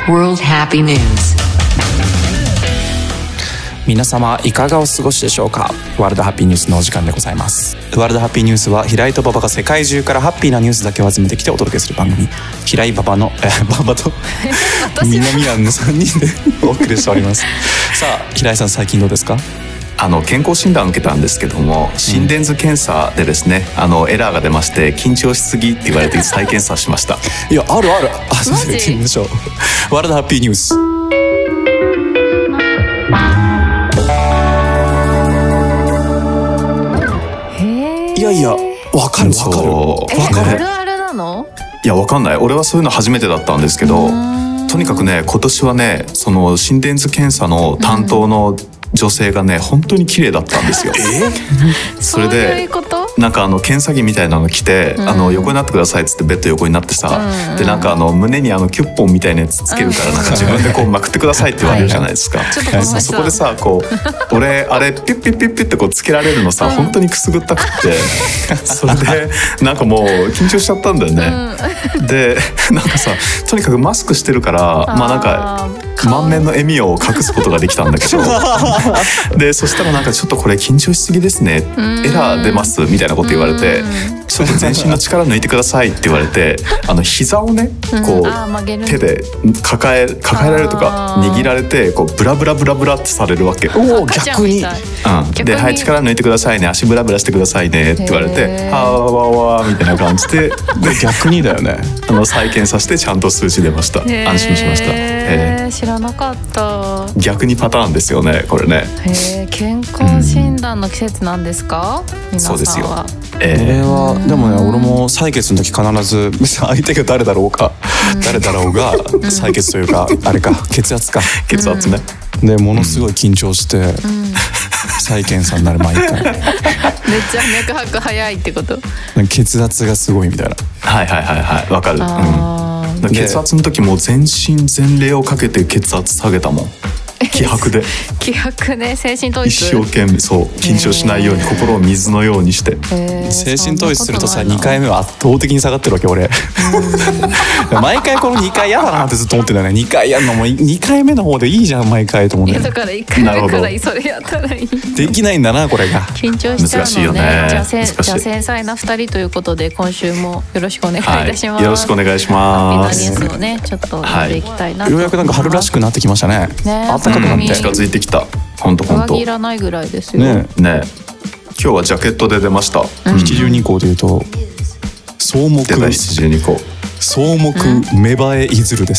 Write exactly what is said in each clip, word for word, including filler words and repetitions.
World Happy News。 皆様いかがお過ごしでしょうか。ワールドハッピーニュースのお時間でございます。ワールドハッピーニュースは平井と馬場が世界中からハッピーなニュースだけを集めてきてお届けする番組。平井馬場のえ馬場と南庵のさんにんでお送りしております。さあ平井さん、最近どうですか？ あの健康診断を受けたんですけども、心電図検査でですね、あのエラーが出まして緊張しすぎって言われて再検査しました。 いや、あるある。あ、そうですね、行ってみましょう。ワールドハッピーニュース。いやいや、わかるわかるわかる。 あるあるなの？ いや、わかんない。俺はそういうの初めてだったんですけど、とにかくね、今年はね、その心電図検査の担当の女性がね、本当に綺麗だったんですよ。えー、それでそういうこと？ なんかあの検査着みたいなの着て、うん、あの横になってくださいっつってベッド横になってさ、うん、でなんかあの胸にあのキュッポンみたいなやつつけるから、なんか自分でこうまくってくださいって言われるじゃないですか。はい、そこでさ、こう俺あれピュッピュッピュッピュッってこうつけられるのさ、うん、本当にくすぐったくってそれでなんかもう緊張しちゃったんだよね。うん、でなんかさ、とにかくマスクしてるから、まあなんか満面の笑みを隠すことができたんだけどでそしたらなんかちょっとこれ緊張しすぎですね、エラー出ますみたいなこと言われて、ちょっと全身の力抜いてくださいって言われて、あの膝をねこう手で抱え抱えられるとか握られて、こうブラブラブラブラってされるわけ。 おお、逆に。 うん、で、はい、力抜いてくださいね、足ブラブラしてくださいねって言われて、はわわわみたいな感じで、で逆にだよね。 あの再検査してちゃんと数値出ました。安心しました。 えー、知らなかった。 逆にパターンですよね、これね。 へー、健康診断の季節なんですか？皆さんは。 そうですよ。 えー、これはでもね、俺も採血の時必ず相手が誰だろうか、うん、誰だろうが採血というかあれか、血圧か血圧ね。 でものすごい緊張して、うん、再検査になる毎回。めっちゃ脈拍早いってこと？ 血圧がすごいみたいな。 はいはいはいはい、わかる。うん、血圧の時も全身全霊をかけて血圧下げたもん。気迫で気迫ね、精神統一。 一生懸命、そう、緊張しないように心を水のようにして。 精神統一するとさ、にかいめは圧倒的に下がってるわけ俺。毎回このにかい嫌だなってずっと思ってんだよね。にかいやるのもにかいめの方でいいじゃん毎回と思うね。 いやだからいっかいめからそれやったらいい。 できないんだなこれが。 緊張しちゃうのね。 難しいよね。 じゃあせじゃあ繊細なふたりということで今週もよろしくお願いいたします。 はい、よろしくお願いします。 ハッピーなニュースをね、ちょっと読んでいきたいなと。 ようやくなんか春らしくなってきましたね。 ね、 暖かくなって近づいてきた。本当本当。 上着いらないぐらいですよ。 ねね。今日はジャケットで出ました。 七十二項というと草木出た七十二項。 草木芽生えいずるです。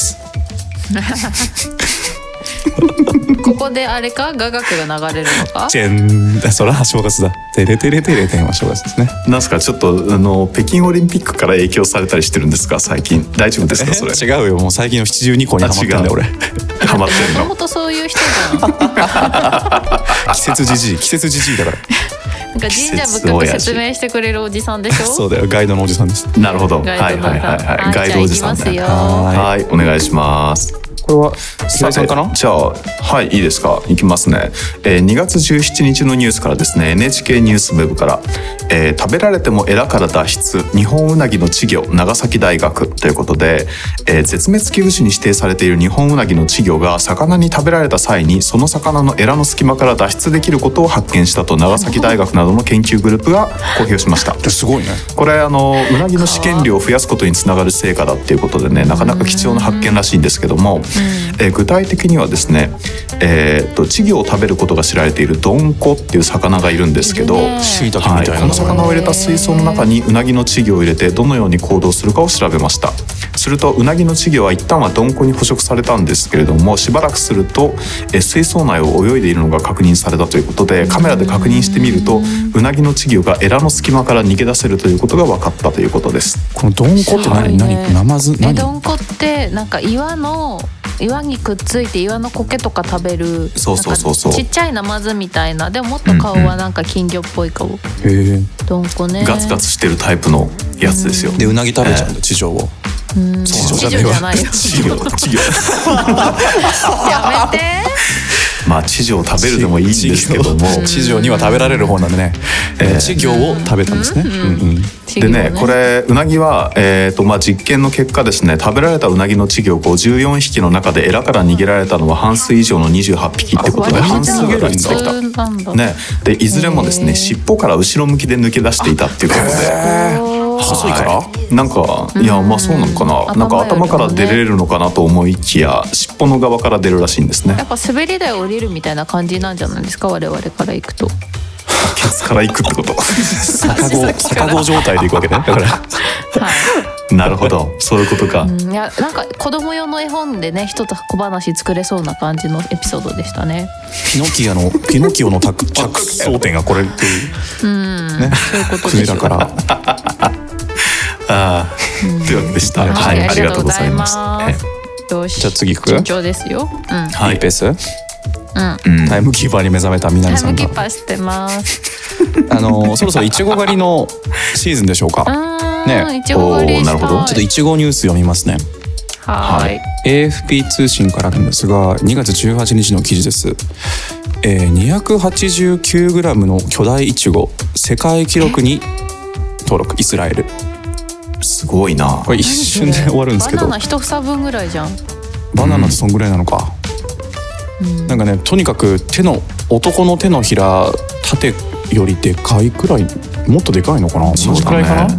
ここであれか、雅楽が流れるのか。 チェン、それは正月だ。テレテレテレテンは正月ですね。 なんすか、ちょっとあの北京オリンピックから影響されたりしてるんですか最近。大丈夫ですかそれ？ 違うよ、もう最近の七十二項にハマってんだよ俺。 ハマってるの。 もともとそういう人じゃん。 季節じじい、季節じじいだから。 なんか神社深く説明してくれるおじさんでしょ。 そうだよ、ガイドのおじさんです。 なるほど。はいはいはいはい。ガイドおじさんね。はい、お願いします。 これは平井さんかな？ じゃあはい、いいですか、いきますね。えー、にがつじゅうしちにちのニュースからですね、 エヌエイチケー ニュースウェブから、えー、食べられてもエラから脱出、日本ウナギの稚魚長崎大学ということで、えー、絶滅危惧種に指定されている日本ウナギの稚魚が魚に食べられた際にその魚のエラの隙間から脱出できることを発見したと長崎大学などの研究グループが公表しました。 すごいね。 これあのウナギの試験量を増やすことにつながる成果だっていうことでね、なかなか貴重な発見らしいんですけども、えー、具体的にはですね、えー、と稚魚を食べることが知られているドンコっていう魚がいるんですけど、はい、この魚を入れた水槽の中にウナギの稚魚を入れてどのように行動するかを調べました。するとウナギの稚魚は一旦はドンコに捕食されたんですけれども、しばらくするとえ水槽内を泳いでいるのが確認されたということで、カメラで確認してみるとウナギの稚魚がエラの隙間から逃げ出せるということが分かったということです。 このドンコって何、はい、何ナマズ？何？ ドンコってなんか岩の岩にくっついて岩の苔とか食べる、 そうそうそうそう、 ちっちゃいナマズみたいな、でももっと顔はなんか金魚っぽい顔。へえ。 ドンコね。 ガツガツしてるタイプのやつですよ。 でウナギ食べちゃうんだ、稚魚を。 稚魚じゃないよ。 稚魚稚魚。 やめて。 まあ稚魚を食べるでもいいんですけども、 稚魚には食べられる方なんでね、稚魚を食べたんですね。 でねこれうなぎは、えーとまあ、実験の結果ですね、食べられたうなぎの稚魚ごじゅうよんひきの中でエラから逃げられたのは半数以上のにじゅうはっぴきってことで、半数が脱出できた、ね、でいずれもですね尻尾から後ろ向きで抜け出していたっていうことで、 細いから、 なんかいやまあそうなのかな、なんか頭から出れるのかなと思いきや尻尾の側から出るらしいんですね。 やっぱ滑り台降りるみたいな感じなんじゃないですか、我々から行くと。 ケツから行くってこと逆子逆子状態で行くわけねだからはい、 なるほど、そういうことか、 うん、いやなんか子供用の絵本でね一つ小話作れそうな感じのエピソードでしたね。 ピノキオのピノキオの着想点がこれっていう、 うん、ね、そういうことでしょう。 だからああ、というわけでした。 はい、 はい、 ありがとうございます。よし、 じゃあ次行く？ 順調ですよ。うん、 はい、いいペース。 うん、 タイムキーパーに目覚めた南さんが。 タイムキーパーしてます。 あのそろそろいちご狩りのシーズンでしょうか。 ね、いちご狩りしたい。 なるほど。 ちょっといちごニュース読みますね。 はい。 エーエフピー 通信からなんですが、にがつじゅうはちにちの記事です。えー、にひゃくはちじゅうきゅうグラムの巨大いちご世界記録に登録、イスラエル。 すごいな。 これ一瞬で終わるんですけど。 バナナ一房分ぐらいじゃん。 バナナってそんぐらいなのか。うん、なんかね、とにかく手の男の手のひら縦よりでかいくらい、もっとでかいのかな、同じくらいかな、うん、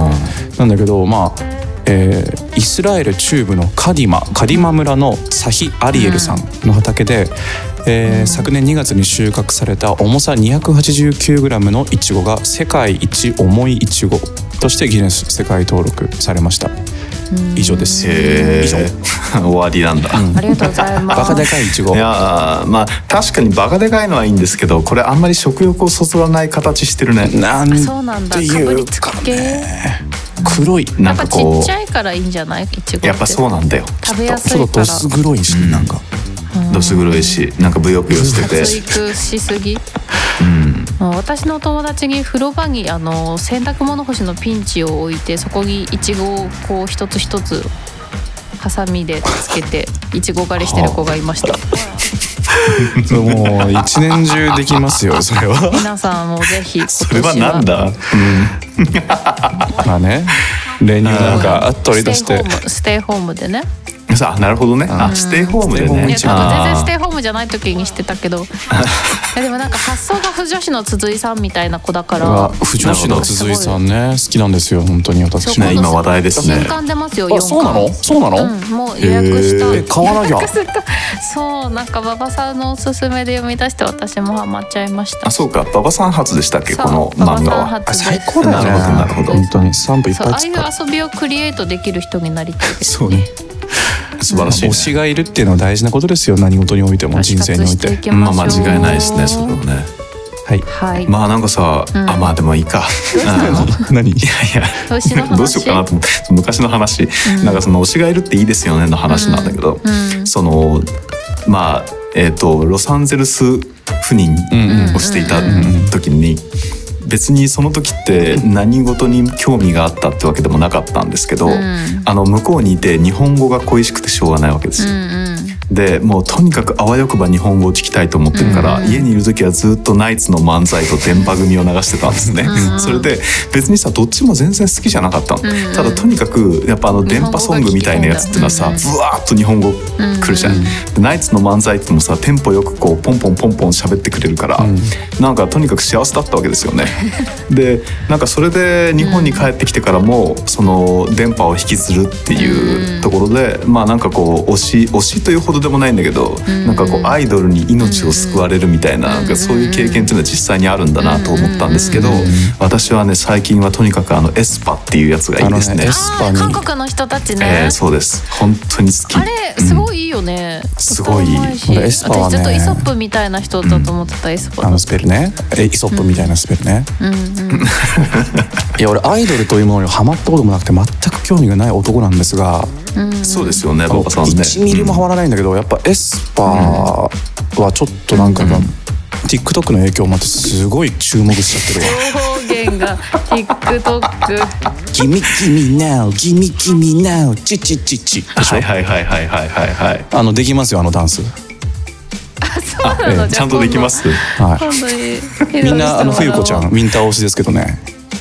なんだけど、まあ、えー、イスラエル中部のカディマカディマ村のサヒ・アリエルさんの畑で、うん、えー、昨年にがつに収穫された重さ にひゃくはちじゅうきゅうグラム のイチゴが世界一重いイチゴとしてギネス世界登録されました。以上です。以上終わりなんだ、 うん、ありがとうございます。 バカでかいイチゴ。 いやまあ確かにバカでかいのはいいんですけど、これあんまり食欲をそそらない形してるね。 なんていうかね、 そうなんだ、かぶりつく系。 黒いなんかこう、やっぱちっちゃいからいいんじゃない？イチゴって。 やっぱそうなんだよ。 食べやすいから。 ちょっとどす黒いし、うん、なんかどす黒いし、なんかブヨブヨしてて。 発育しすぎ。 うん、 私の友達に風呂場にあの洗濯物干しのピンチを置いて、そこにイチゴをこう一つ一つハサミでつけてイチゴ狩りしてる子がいました。 もう一年中できますよそれは。 皆さんもぜひ今年は。 それはなんだ、うん、 まあね、練乳なんか取り出してステイホームでね。 さあ、なるほどね。あ、ステイホームでね。 いや、なんか全然ステイホームじゃない時にしてたけど。でもなんか発想が不女子の鈴井さんみたいな子だから。 不女子の鈴井さんね、好きなんですよ本当に私ね。今話題ですね。 新刊出ますよ。 あ、そうなの？そうなの？ うん、もう予約した。 え、買わなきゃ。 そう、なんか馬場さんのおすすめで読み出して私もハマっちゃいました。 あ、そうか、馬場さん初でしたっけ、この漫画は。 最高だよね。なるほど。本当に散歩いっぱい。 ああいう遊びをクリエイトできる人になりたいです。 そうね。 素晴らしい、ね、 推しがいるっていうのは大事なことですよ、何事においても、人生において。 まあ間違いないですね、それはね。 はい、 はい、 まあなんかさ、うん、あ、まあでもいいか。 何？いやいや、どうしようかなと思って、昔の話、うん、なんかその推しがいるっていいですよねの話なんだけど、うん、そのまあえっとロサンゼルス赴任をしていた時に。別にその時って何事に興味があったってわけでもなかったんですけど、うん、あの向こうにいて日本語が恋しくてしょうがないわけですよ。うんうん、でもうとにかくあわよくば日本語を聞きたいと思ってるから、うんうん、家にいる時はずっとナイツの漫才と電波組を流してたんですね。うんうん、それで別にさどっちも全然好きじゃなかったの。うんうん、ただとにかくやっぱあの電波ソングみたいなやつってのはさ、ブワーッと日本語来るじゃん。うんうん、でナイツの漫才ってもさテンポよくこうポンポンポンポン喋ってくれるから、うん、なんかとにかく幸せだったわけですよね。でなんかそれで日本に帰ってきてからも、うん、その電波を引きずるっていうところで、うん、まあなんかこう推し推しというほどでもないんだけど、うん、なんかこうアイドルに命を救われるみたいな、なんかそういう経験っていうのは実際にあるんだなと思ったんですけど、うん、私はね最近はとにかくあのエスパっていうやつがいいですね。 エスパに韓国の人たちね、 えー、そうです本当に好き。 あれすごいいいよね、うん、 すごいいい。 エスパはね、 私ずっとイソップみたいな人だと思ってた、うん、エスパあのスペルね、えイソップみたいなスペルね、 うんうんうん、 いや俺アイドルというものにハマったこともなくて全く興味がない男なんですが、 うん、そうですよね馬場さんね。いちミリもハマらないんだけど、やっぱエスパはちょっとなんか、うん、TikTok の影響もあってすごい注目しちゃってるわ。 方言が TikTok ギミギミナウギミギミナウチチチチでしょ。 はいはいはいはいはいはい。 あのできますよあのダンス。 あ、そうなの、 えー、ちゃんとできます。 はい。みんなあの冬子ちゃんウィンター推しですけどね。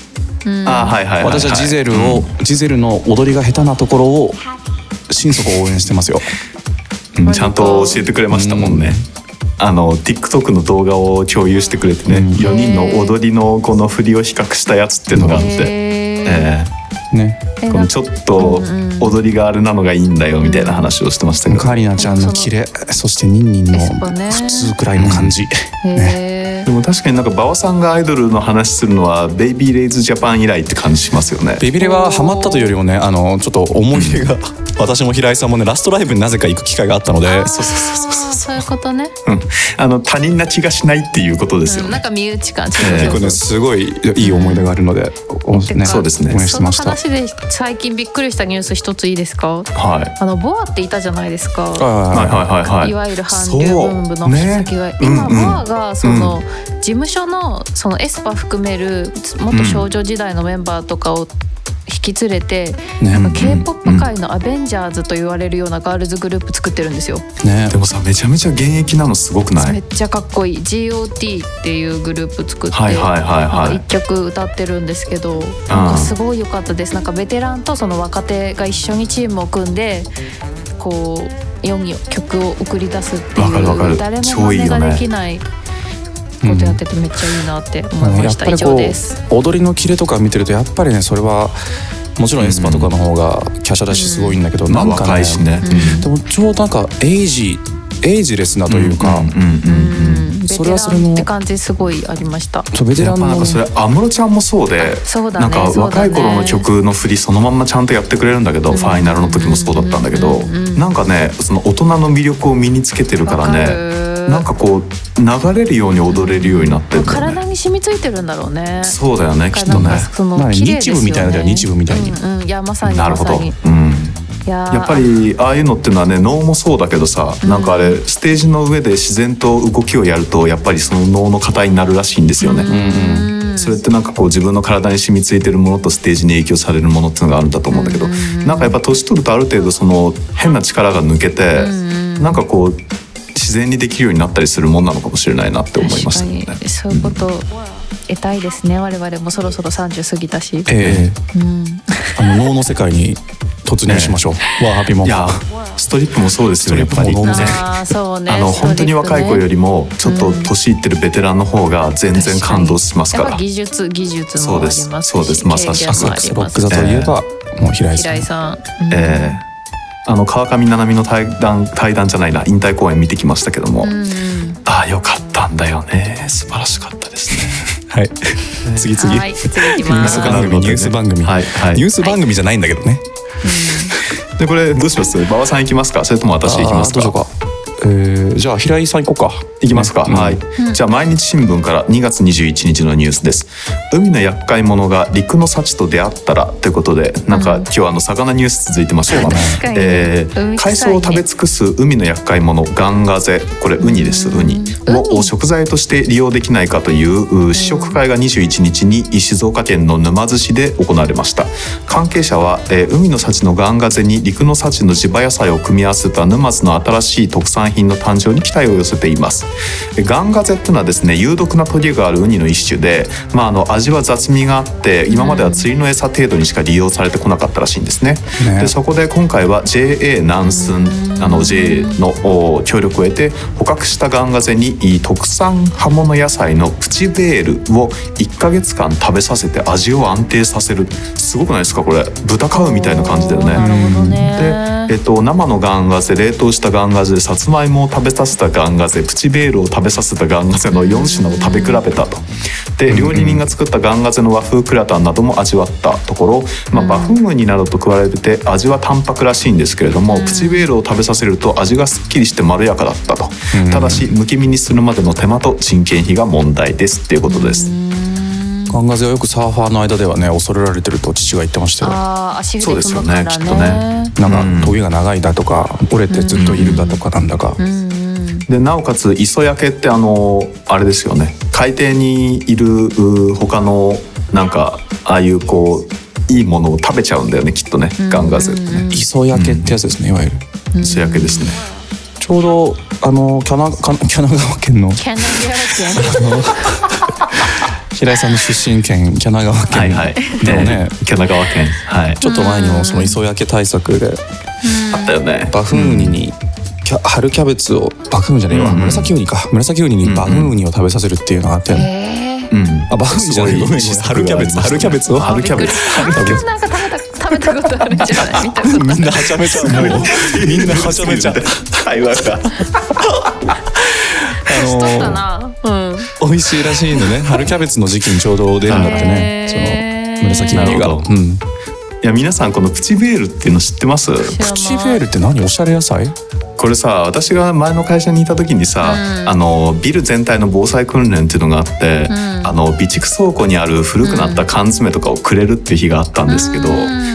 あはいはいはい、はい、 私はジゼルを、うん、ジゼルの踊りが下手なところを心底応援してますよ、 うん、ちゃんと教えてくれましたもんね、うん、あの TikTok の動画を共有してくれてね、うん、よにんの踊りのこの振りを比較したやつっていうのがあって、えーね、このちょっと踊りがあれなのがいいんだよみたいな話をしてましたけど、 カリナちゃんのキレ、そしてニンニンの普通くらいの感じ、 うんね、でも確かになんか馬場さんがアイドルの話するのはベイビーレイズジャパン以来って感じしますよね。 ベイビーレイはハマったというよりもね、あのちょっと思い出が私も平井さんもねラストライブになぜか行く機会があったので、 そうそうそうそうそういうことね、 うん、あの他人な気がしないっていうことですよね、 うん、なんか身内感、 結構ねすごいいい思い出があるので、 うんね、そうですね、 応援してました。 その話で最近びっくりしたニュース一ついいですか。 はい、 あのボアっていたじゃないですか、 はいはいはいはい、 いわゆる韓流ブームの先が、ね、今、うんうん、ボアがその、うん、事務所のそのエスパ含める元少女時代のメンバーとかを引き連れて、うん、なんか K-ポップ 界のアベンジャーズと言われるようなガールズグループ作ってるんですよ、 ね、でもさめちゃめちゃ現役なのすごくない？ めっちゃかっこいい ジーオーティー っていうグループ作って、 はいはいはいはい、 いっきょく歌ってるんですけど、なんかすごい良かったです。なんかベテランとその若手が一緒にチームを組んでこう世に曲を送り出すっていう、誰も真似ができないことやっててめっちゃいいなって思いました、うん、以上です。 踊りのキレとか見てるとやっぱりね、それはもちろんエスパとかの方が華奢だしすごいんだけど、うん、なんかね、 若いしね、 うん、でもちょうどなんかエイジエイジレスなというか、 それはそれのって感じすごいありました。 そうベテランのなんかそれ安室ちゃんもそうで、 そうだね、 なんか若い頃の曲の振りそのまんまちゃんとやってくれるんだけど、ファイナルの時もそうだったんだけど、なんかねその大人の魅力を身につけてるからね、なんかこう流れるように踊れるようになってるんだよね。 体に染みついてるんだろうね。 そうだよね、きっとね。 まあ日舞みたいなのでは日舞みたいに、 うんうん、いやまさになるほど、うん、やっぱりああいうのっていうのはね、脳もそうだけどさ、うん、なんかあれステージの上で自然と動きをやるとやっぱりその脳の型になるらしいんですよね、うんうん、それってなんかこう自分の体に染みついてるものとステージに影響されるものっていうのがあるんだと思うんだけど、うん、なんかやっぱ年取るとある程度その変な力が抜けて、うん、なんかこう自然にできるようになったりするもんなのかもしれないなって思いましたね。 そういうことを得たいですね、我々もそろそろさんじゅう過ぎたし、 えーうん、あの脳の世界に突入しましょう、えー、ワーハピも。 いやストリップもそうですよ、やっぱりあそう、ね、 あの本当に若い子よりもちょっと年いってるベテランの方が全然感動しますから、 やっぱ技術技術もありますし、 そうです、まさしくロック座といえば、えー、もう平井さん、 平井さん、うん、 えーあの川上七海の対談対談じゃないな引退公演見てきましたけども、うん、ああよかったんだよね、素晴らしかったですね。 はい次々、 はい、次行きます。 ニュース番組ニュース番組、はいはい、ニュース番組じゃないんだけどね、 はい、でこれどうします？馬場さん行きますか、それとも私行きますか？ どうしようか。えー、じゃあ平井さん行こうか。 行きますか、ね、はい、うん、じゃあ毎日新聞からにがつにじゅういちにちのニュースです。海の厄介者が陸の幸と出会ったらということで、なんか今日はあの魚ニュース続いてますよね、えー、海藻を食べ尽くす海の厄介者ガンガゼ、これウニです、ウニを食材として利用できないかという試食会がにじゅういちにちに静岡県の沼津市で行われました。関係者は、えー、海の幸のガンガゼに陸の幸の地場野菜を組み合わせた沼津の新しい特産品の誕生に期待を寄せています。ガンガゼっていうのはですね、有毒なトゲがあるウニの一種で、まあ、あの味は雑味があって今までは釣りの餌程度にしか利用されてこなかったらしいんですね。ねでそこで今回は ジェーエー 南寸あの ジェーエー の協力を得て捕獲したガンガゼに特産葉物野菜のプチベールをいっかげつかん食べさせて味を安定させる。すごくないですかこれ、豚飼うみたいな感じだよね。 なるほどね。 で、えっと、生のガンガゼ、冷凍したガンガゼ、さつまいもを食べさせたガンガゼ、プチベールを食べさせたガンガゼのよん品を食べ比べたと。で料理人が作ったガンガゼの和風クラタンなども味わったところ、まあ、バフンウニなどと加えて味は淡白らしいんですけれども、プチベールを食べさせると味がすっきりしてまろやかだったと。ただしむき身にするまでの手間と人件費が問題ですっていうことです。 ガンガゼはよくサーファーの間ではね恐れられてると父が言ってましたよ。 あ足踏み踏むからね。 そうですよね、きっとね。 なんかトゲが長いだとか折れてずっといるだとかなんだか、 でなおかつ磯焼けってあのあれですよね、海底にいる他のなんかああいうこういいものを食べちゃうんだよねきっとね、ガンガゼってね。 磯焼けってやつですね、いわゆる磯焼けですね。 ちょうどあのキャナキャナ川県のキャナ川県平井さんの出身県神奈川県はいはいでもね、 神奈川県、はい、 ちょっと前にもその磯焼け対策であったよね。 バフンウニにキャ春キャベツをバフンウニじゃねえわ、 うん紫ウニか紫ウニにバフンウニを食べさせるっていうのがあって、 へうん、 あバフンウニじゃないごめん春キャベツ春キャベツを春キャベツ春キャベツなんか食べた食べたことあるんじゃない見たことみんなはちゃめちゃもうみんなはちゃめちゃ会話があのだな、うん、 美味しいらしいのね。春キャベツの時期にちょうど出るんだってね。その紫ウニが。うん。 いや皆さんこのプチベールっていうの知ってます？ プチベールって何？おしゃれ野菜？ これさ、私が前の会社にいた時にさ、うん、あのビル全体の防災訓練っていうのがあって、うん、あの備蓄倉庫にある古くなった缶詰とかをくれるっていう日があったんですけど、うん、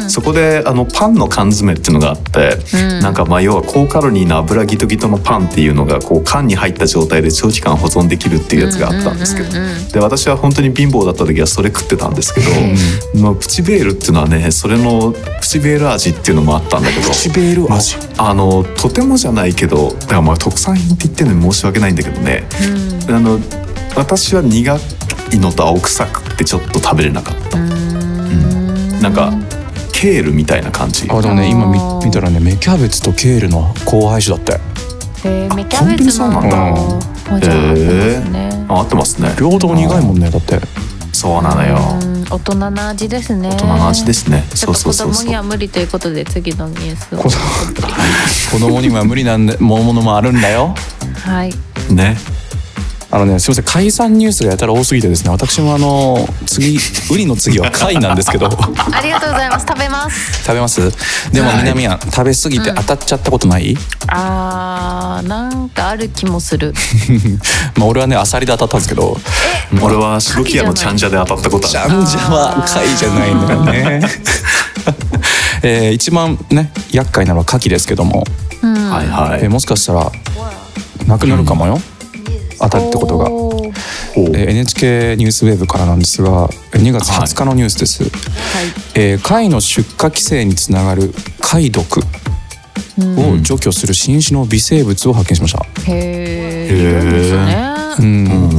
そこであのパンの缶詰っていうのがあって、うん、なんかまあ要は高カロリーな油ギトギトのパンっていうのがこう缶に入った状態で長時間保存できるっていうやつがあったんですけど、で私は本当に貧乏だった時はそれ食ってたんですけど、うん、まあ、プチベールっていうのはね、それのプチベール味っていうのもあったんだけど、 プチベール味、 あのとてもじゃないけど、だからまあ特産品って言ってるのに申し訳ないんだけどね、うん、あの私は苦いのと青臭くってちょっと食べれなかった、うん、なんかケールみたいな感じ。 あでもね今 見, 見たらね芽キャベツとケールの交配種だって。 えー、芽キャベツなんだ。 あ、じゃあ合ってますね。あ、合ってますね。 両方苦いもんねだって。 そうなのよ。 大人な味ですね。 大人の味ですね。 そうそうそうそう。子供には無理ということで次のニュースを。 子供には無理なんでものもあるんだよ。 はい。 ね。 あのね、すみません、海産ニュースがやたら多すぎてですね、私もあの次ウリの次は貝なんですけどありがとうございます。食べます食べますでも南やん、食べ過ぎて当たっちゃったことない？うん、 あーなんかある気もするまあ俺はねアサリで当たったんですけど、 俺は白木屋のチャンジャで当たったことある。 チャンジャは貝じゃないんだよねえー、一番ね厄介なのは牡蠣ですけども、 うん、 はいはい、 えー、もしかしたらなくなるかもよ、うん、当たるってことが、えー、エヌエイチケー ニュースウェブからなんですがにがつはつかのニュースです、はい、えー、貝の出荷規制につながる貝毒を除去する新種の微生物を発見しました。 へー、いるんですね。 うん、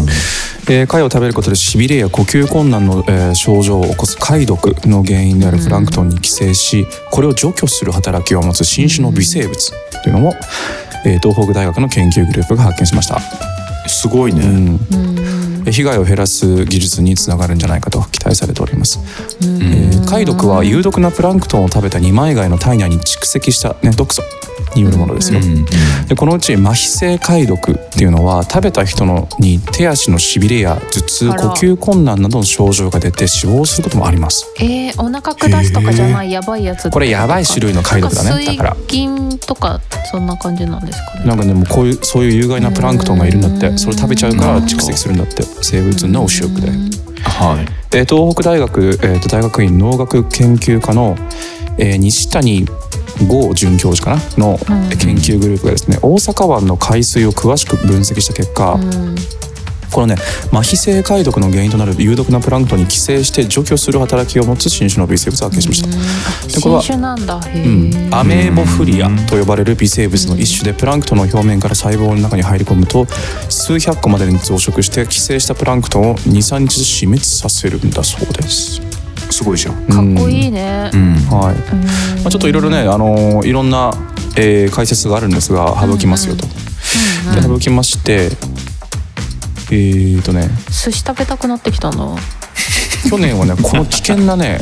えー、貝を食べることでしびれや呼吸困難の、えー、症状を起こす貝毒の原因であるプランクトンに寄生し、これを除去する働きを持つ新種の微生物というのも、えー、東北大学の研究グループが発見しました。 すごいね、 うん、被害を減らす技術につながるんじゃないかと期待されております。えー、貝毒は有毒なプランクトンを食べた二枚貝の体内に蓄積した、ね、毒素によるものですよ。でこのうち麻痺性貝毒っていうのは食べた人のに手足のしびれや頭痛、呼吸困難などの症状が出て死亡することもあります。 えー、お腹下すとかじゃないやばいやつ。 これやばい種類の貝毒だね。だから水銀とかそんな感じなんですかね。 なんかでもこういうそういう有害なプランクトンがいるんだって。それ食べちゃうから蓄積するんだって。生物の主翼で。はい。えー、東北大学、えー、と大学院農学研究科の、えー、西谷郷准教授かなの研究グループがですね、大阪湾の海水を詳しく分析した結果、うん、このね麻痺性貝毒の原因となる有毒なプランクトンに寄生して除去する働きを持つ新種の微生物を発見しました。 でこれは新種なんだ。へー、 うん、アメーボフリアと呼ばれる微生物の一種で、プランクトンの表面から細胞の中に入り込むと数百個までに増殖して寄生したプランクトンを にさんにち死滅させるんだそうです。 すごいじゃん。 かっこいいね。 うん、はい。まあ、ちょっといろいろね、あのー、いろんな、えー、解説があるんですが省きますよと。うんうん、で省きまして、えーとね。 寿司食べたくなってきたな。 去年はねこの危険なね、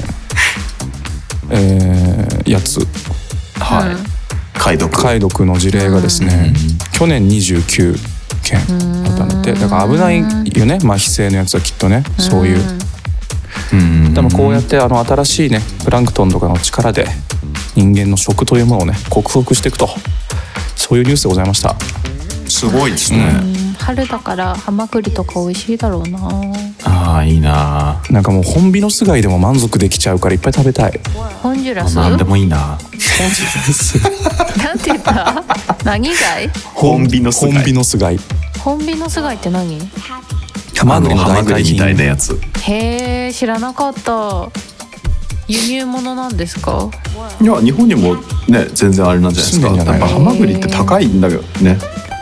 えー、やつ、 はい。貝毒。 貝毒の事例がですね、去年にじゅうきゅうけんあったんだって。だから危ないよね、麻痺性のやつはきっとね、そういう。でもこうやってあの新しいねプランクトンとかの力で人間の食というものをね克服していくと、そういうニュースでございました。 すごいですね。 うん、春だからハマグリとか美味しいだろうな。 あーいいな。 なんかもうホンビノス貝でも満足できちゃうからいっぱい食べたい。 ホンジュラス？ なんでもいいな。ホンジュラスなんて言った？何貝？ ホンビノス貝。 ホンビノス貝。 ホンビノス貝って何？ ハマグリの代替品みたいなやつ。 へえ、知らなかった。輸入物なんですか？ いや日本にもね全然あれなんじゃないですか。やっぱハマグリって高いんだけどね。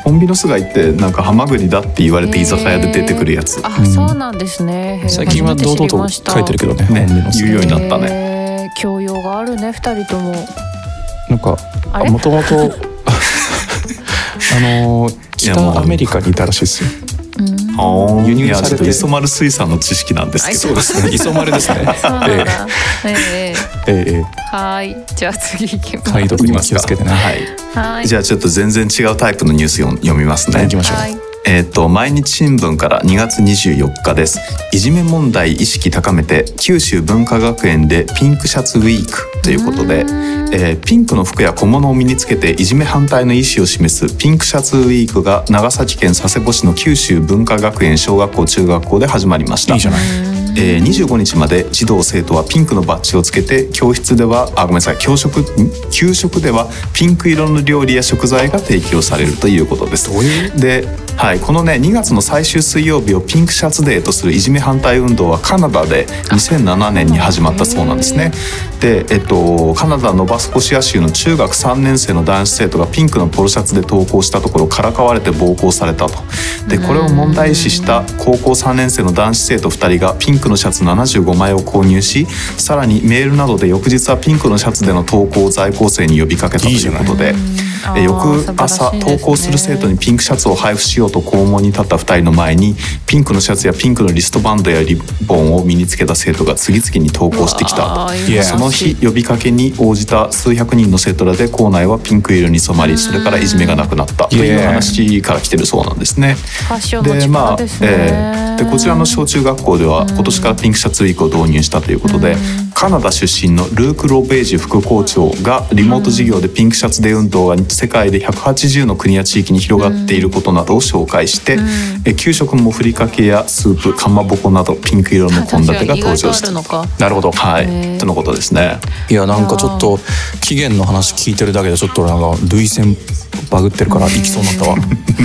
ホンビノス貝ってなんかハマグリだって言われて居酒屋で出てくるやつ。 あ、そうなんですね。 最近は堂々と書いてるけどね、 ね、言うようになったね。 教養があるね、二人とも。 なんかもともとあの北アメリカにいたらしいですよ。 うん、輸入されて磯丸水産の知識なんですけど。 そうですね、磯丸ですね。 ええええ、 はい、じゃあ次行きます。 解読に気をつけてね。 はい。じゃあちょっと全然違うタイプのニュースを読みますね。 行きましょう。 えー、と毎日新聞からにがつにじゅうよっかです。いじめ問題意識高めて九州文化学園でピンクシャツウィークということで、えー、ピンクの服や小物を身につけていじめ反対の意思を示すピンクシャツウィークが長崎県佐世保市の九州文化学園小学校中学校で始まりました。 いいじゃない。 えー、にじゅうごにちまで児童生徒はピンクのバッジをつけて教室ではあごめんなさい教食給食ではピンク色の料理や食材が提供されるということです。で、はい、このねにがつの最終水曜日をピンクシャツデーとするいじめ反対運動はカナダでにせんななねんに始まったそうなんですね。で、えっと、カナダノバスコシア州の中学さんねんせいの男子生徒がピンクのポロシャツで登校したところからかわれて暴行されたと。でこれを問題視した高校さんねんせいの男子生徒ふたりがピンクのシャツななじゅうごまいを購入し、さらにメールなどで翌日はピンクのシャツでの登校を在校生に呼びかけたということで、いい翌朝登校する生徒にピンクシャツを配布しようと校門に立ったふたりの前にピンクのシャツやピンクのリストバンドやリボンを身につけた生徒が次々に登校してきたと。その日呼びかけに応じた数百人の生徒らで校内はピンク色に染まり、それからいじめがなくなったという話から来てるそうなんですね。 ファッションの力ですね。 で、まあえー、でこちらの小中学校では今年からピンクシャツウィークを導入したということで、カナダ出身のルーク・ロベージュ副校長がリモート授業でピンクシャツデー運動が世界でひゃくはちじゅうの国や地域に広がっていることなどを紹介して、え給食もふりかけやスープ、かまぼこなどピンク色の献立が登場した。 なるほど、 はいとのことですね。 いやなんかちょっと期限の話聞いてるだけでちょっとなんか涙腺バグってるから行きそうになったわ。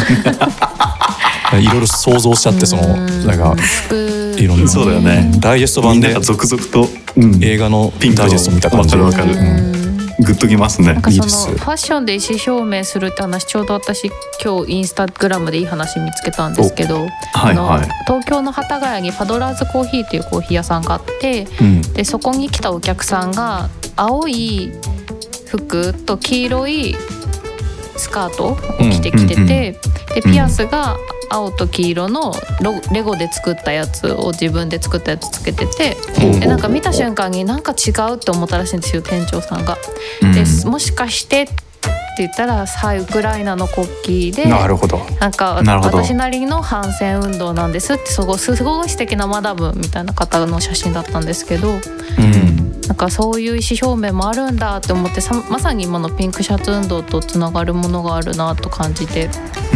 いろいろ想像しちゃって、そのなんかいろんなそうだよね、 ダイジェスト版で続々と映画のダイジェスト見た感じ。 わかるわかる。グッときますね。 なんかそのファッションで意思表明するって話、ちょうど私今日インスタグラムでいい話見つけたんですけど、 はいはい、 東京の幡ヶ谷にパドラーズコーヒーっていうコーヒー屋さんがあって、うん、でそこに来たお客さんが青い服と黄色いスカートを着てきてて、うんうんうん、でピアスが青と黄色のレゴで作ったやつを自分で作ったやつつけてて、うん、でなんか見た瞬間になんか違うって思ったらしいんですよ、店長さんが。でもしかしてって言ったら、はい、ウクライナの国旗で、 なるほど、 なんか私なりの反戦運動なんですって、すごいすごい素敵なマダムみたいな方の写真だったんですけど、うん、なんかそういう意思表明もあるんだって思って、さまさに今のピンクシャツ運動とつながるものがあるなと感じて、うん、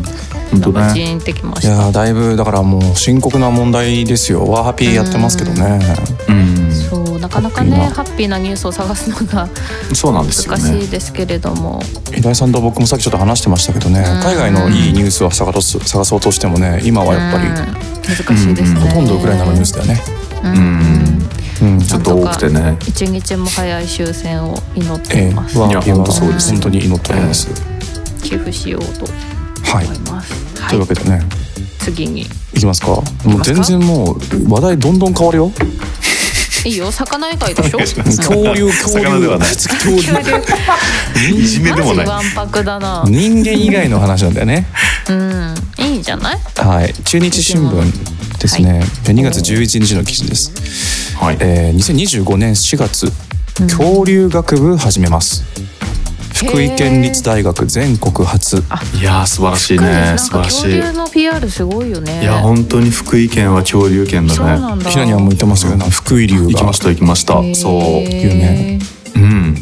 なんかジーンってきました。 いやだいぶだからもう深刻な問題ですよ。ワーハピーやってますけどね、 うん、そうなかなかねハッピーなニュースを探すのが難しいですけれども、 平井さんと僕もさっきちょっと話してましたけどね、海外のいいニュースを探す探そうとしてもね、今はやっぱり難しいですね。 ほとんどウクライナのニュースだよね。 うんうん、ちょっと多くてね、 一日も早い終戦を祈っています。 えー、いや本当そうです、本当に祈っております。 寄付しようと思います。 はい、というわけでね、 次にいきますか。もう全然もう話題どんどん変わるよ。 いいよ、魚以外でしょ。 恐竜恐竜ではない。恐竜いじめでもない。 わんぱくだな。 人間以外の話なんだよね。 うん、いいんじゃない。 はい、中日新聞ですね、はい、にがつじゅういちにちの記事です。はい、えー、にせんにじゅうごねんしがつ、うん、恐竜学部始めます。福井県立大学全国初。 いや素晴らしいね。素晴らしい。 恐竜の ピーアール すごいよね。 いや本当に福井県は恐竜県だね。 平にはもう行ってますよね。福井竜が行きました行きました。そういうね。うん。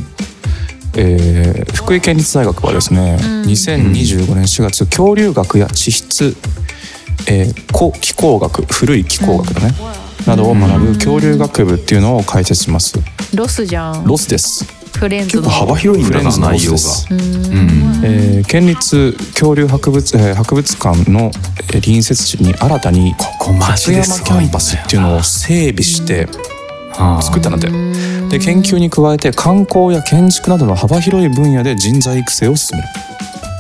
えー、福井県立大学はですね、うん、にせんにじゅうごねんしがつ、恐竜学や地質、えー、古気候学、古い気候学だね、うん、などを学ぶ恐竜学部っていうのを開設します。 ロスじゃん。 ロスです。 フレンズの結構幅広いんだな、内容が。 うん、えー、県立恐竜博物、えー、博物館の隣接地に新たに立山キャンパスっていうのを整備して作ったので、で研究に加えて観光や建築などの幅広い分野で人材育成を進める。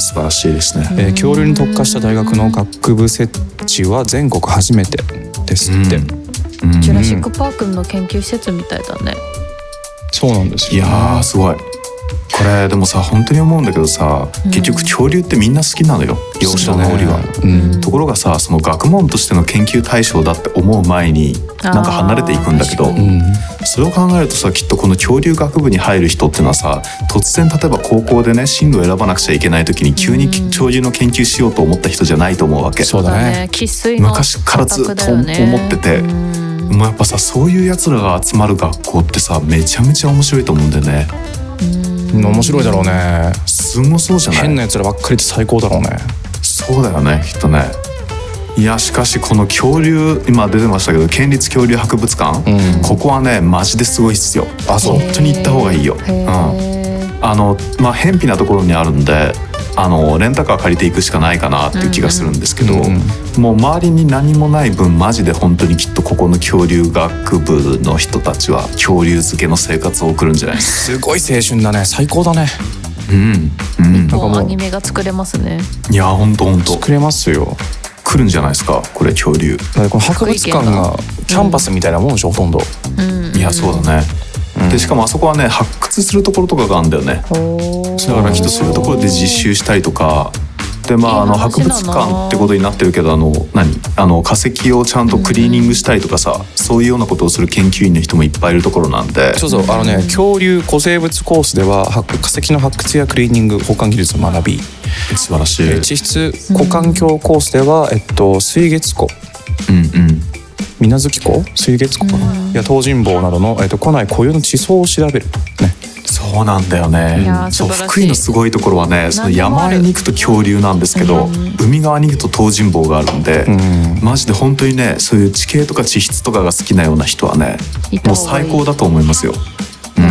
素晴らしいですね、 えー、恐竜に特化した大学の学部設置は全国初めてですって、 うんうん、ジュラシックパークの研究施設みたいだね。 そうなんですよ、 ね、いやーすごい。これでもさ本当に思うんだけどさ、結局恐竜ってみんな好きなのよ、幼少の折は、うん、ところがさその学問としての研究対象だって思う前になんか離れていくんだけど、うん、それを考えるとさきっとこの恐竜学部に入る人っていうのはさ突然例えば高校でね進路を選ばなくちゃいけない時に急に恐竜の研究しようと思った人じゃないと思うわけ。 そうだね、 昔からずっと思ってて、もうやっぱさそういうやつらが集まる学校ってさめちゃめちゃ面白いと思うんだよね。 面白いだろうね。 すごそうじゃない。 変なやつらばっかりって最高だろうね。 そうだよねきっとね。いやしかしこの恐竜今出てましたけど県立恐竜博物館、うん、ここはねマジですごいっすよ。あそう本当に行った方がいいよ。うん、あのまあ偏僻なところにあるんであのレンタカー借りていくしかないかなっていう気がするんですけど、うんうん、もう周りに何もない分マジで本当にきっとここの恐竜学部の人たちは恐竜漬けの生活を送るんじゃないですか。 すごい青春だね。最高だね。 うんうん、 なんかもうアニメが作れますね。 いや本当本当作れますよ。 来るんじゃないですかこれ恐竜。 この博物館がキャンパスみたいなもんでしょ、うん、ほとんど、 うん、いやそうだね。でしかもあそこはね発掘するところとかがあるんだよね。だからきっとそういうところで実習したりとかで、まあ、あの博物館ってことになってるけどあの何あの化石をちゃんとクリーニングしたりとかさ、うん、そういうようなことをする研究員の人もいっぱいいるところなんで。 そうそうあのね恐竜古生物コースでは化石の発掘やクリーニング保管技術を学び、 素晴らしい。 地質古環境コースでは、えっと、水月湖、 うんうん水無月湖水月湖かな、いや東尋坊などの、えっと、古内固有の地層を調べるとね。 そうなんだよね。そう福井のすごいところはねその山あいに行くと恐竜なんですけど、うん、海側に行くと東尋坊があるんで、うん、マジで本当にねそういう地形とか地質とかが好きなような人はねもう最高だと思いますよ。 うん、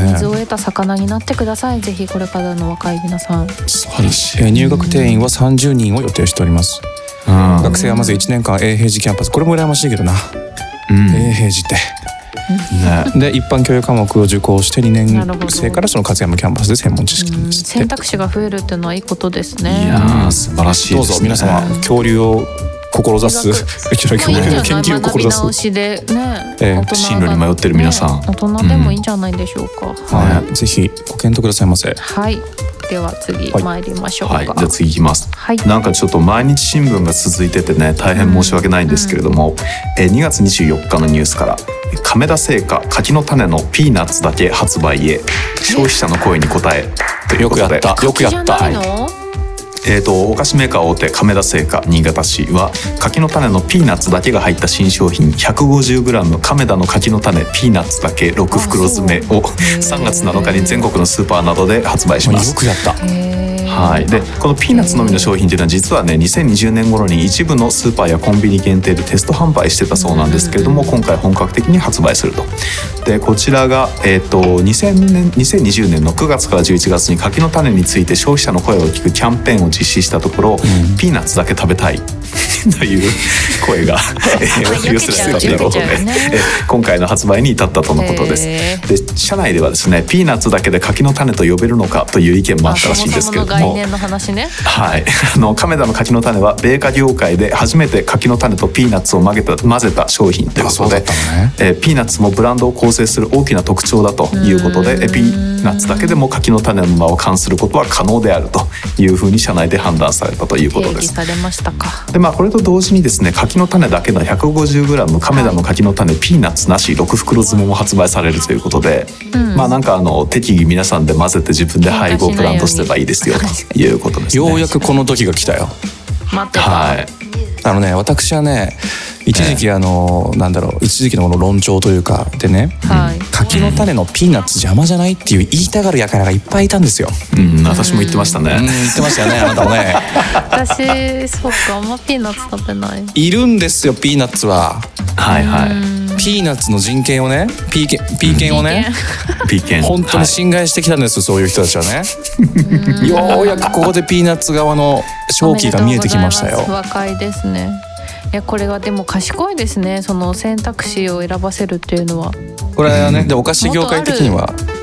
水を得た魚になってください。ぜひこれからの若い皆さん。 素晴らしい。入学定員はさんじゅうにんを予定しております。うん、学生はまずいちねんかん永平寺キャンパス、これも羨ましいけどな、うん、永平寺って、ね、で一般教養科目を受講してにねん生からその勝山キャンパスで専門知識なんですって。 選択肢が増えるっていうのはいいことですね。 いやー素晴らしいですね。 どうぞ皆様恐竜を志すうちの恐竜の研究を志す、 学び直しでね、 えー、進路に迷ってる皆さん、ね、 大人でもいいんじゃないでしょうか、 うんはい、ぜひご検討くださいませ。 はい、では次参りましょうか。 はい、じゃあ次いきます、 はい、 なんかちょっと毎日新聞が続いててね大変申し訳ないんですけれども、うんえー、にがつにじゅうよっかのニュースから亀田製菓柿の種のピーナッツだけ発売へ消費者の声に応えということで。 よくやったよくやった。 柿じゃないの？ えー、とお菓子メーカー大手亀田製菓新潟市は柿の種のピーナッツだけが入った新商品 ひゃくごじゅうグラム 亀田の柿の種ピーナッツだけろく袋詰めをさんがつなのかに全国のスーパーなどで発売します。 よくやった。 はい、でこのピーナッツのみの商品というのは実はねにせんにじゅうねん頃に一部のスーパーやコンビニ限定でテスト販売してたそうなんですけれども、今回本格的に発売すると。でこちらが、えー、とにせんねんにせんにじゅうねんのくがつからじゅういちがつに柿の種について消費者の声を聞くキャンペーンを実施したところ、うん、ピーナッツだけ食べたいという声が寄せられたということで、今回の発売に至ったとのことです。で社内ではですねピーナッツだけで柿の種と呼べるのかという意見もあったらしいんですけれども、 概念の話ね、 はい、あの亀田の柿の種は米菓業界で初めて柿の種とピーナッツを混ぜた混ぜた商品ということで、ねえー、ピーナッツもブランドを構成する大きな特徴だということで、ピーナッツだけでも柿の種の名を冠することは可能であるというふうに社内で判断されたということです。 定義されましたか。 で、まあ、これと同時にですね柿の種だけの ひゃくごじゅうグラム 亀田の柿の種ピーナッツなしろく袋詰めも発売されるということで、うん、まあなんかあの適宜皆さんで混ぜて自分で配合プラントすればいいですよということですね。 ようやくこの時が来たよ。 待ってた。 はい、 あのね私はね一時期あの、えー、なんだろう一時期のこの論調というかでね、はい、柿の種のピーナッツ邪魔じゃないっていう言いたがる輩がいっぱいいたんですよ。 うん、私も言ってましたね。 うん、言ってましたよねあなたもね。 私そうかあんまピーナッツ食べない。 いるんですよピーナッツは。 はいはい。 ピーナッツの人権をねピーケンピーケンをねピーケン本当に侵害してきたんです、はい、そういう人たちはね。ようやくここでピーナッツ側の勝機が見えてきましたよ。 若いですね。いやこれはでも賢いですね。その選択肢を選ばせるっていうのは。 これはね、うん、でお菓子業界的には、 うん、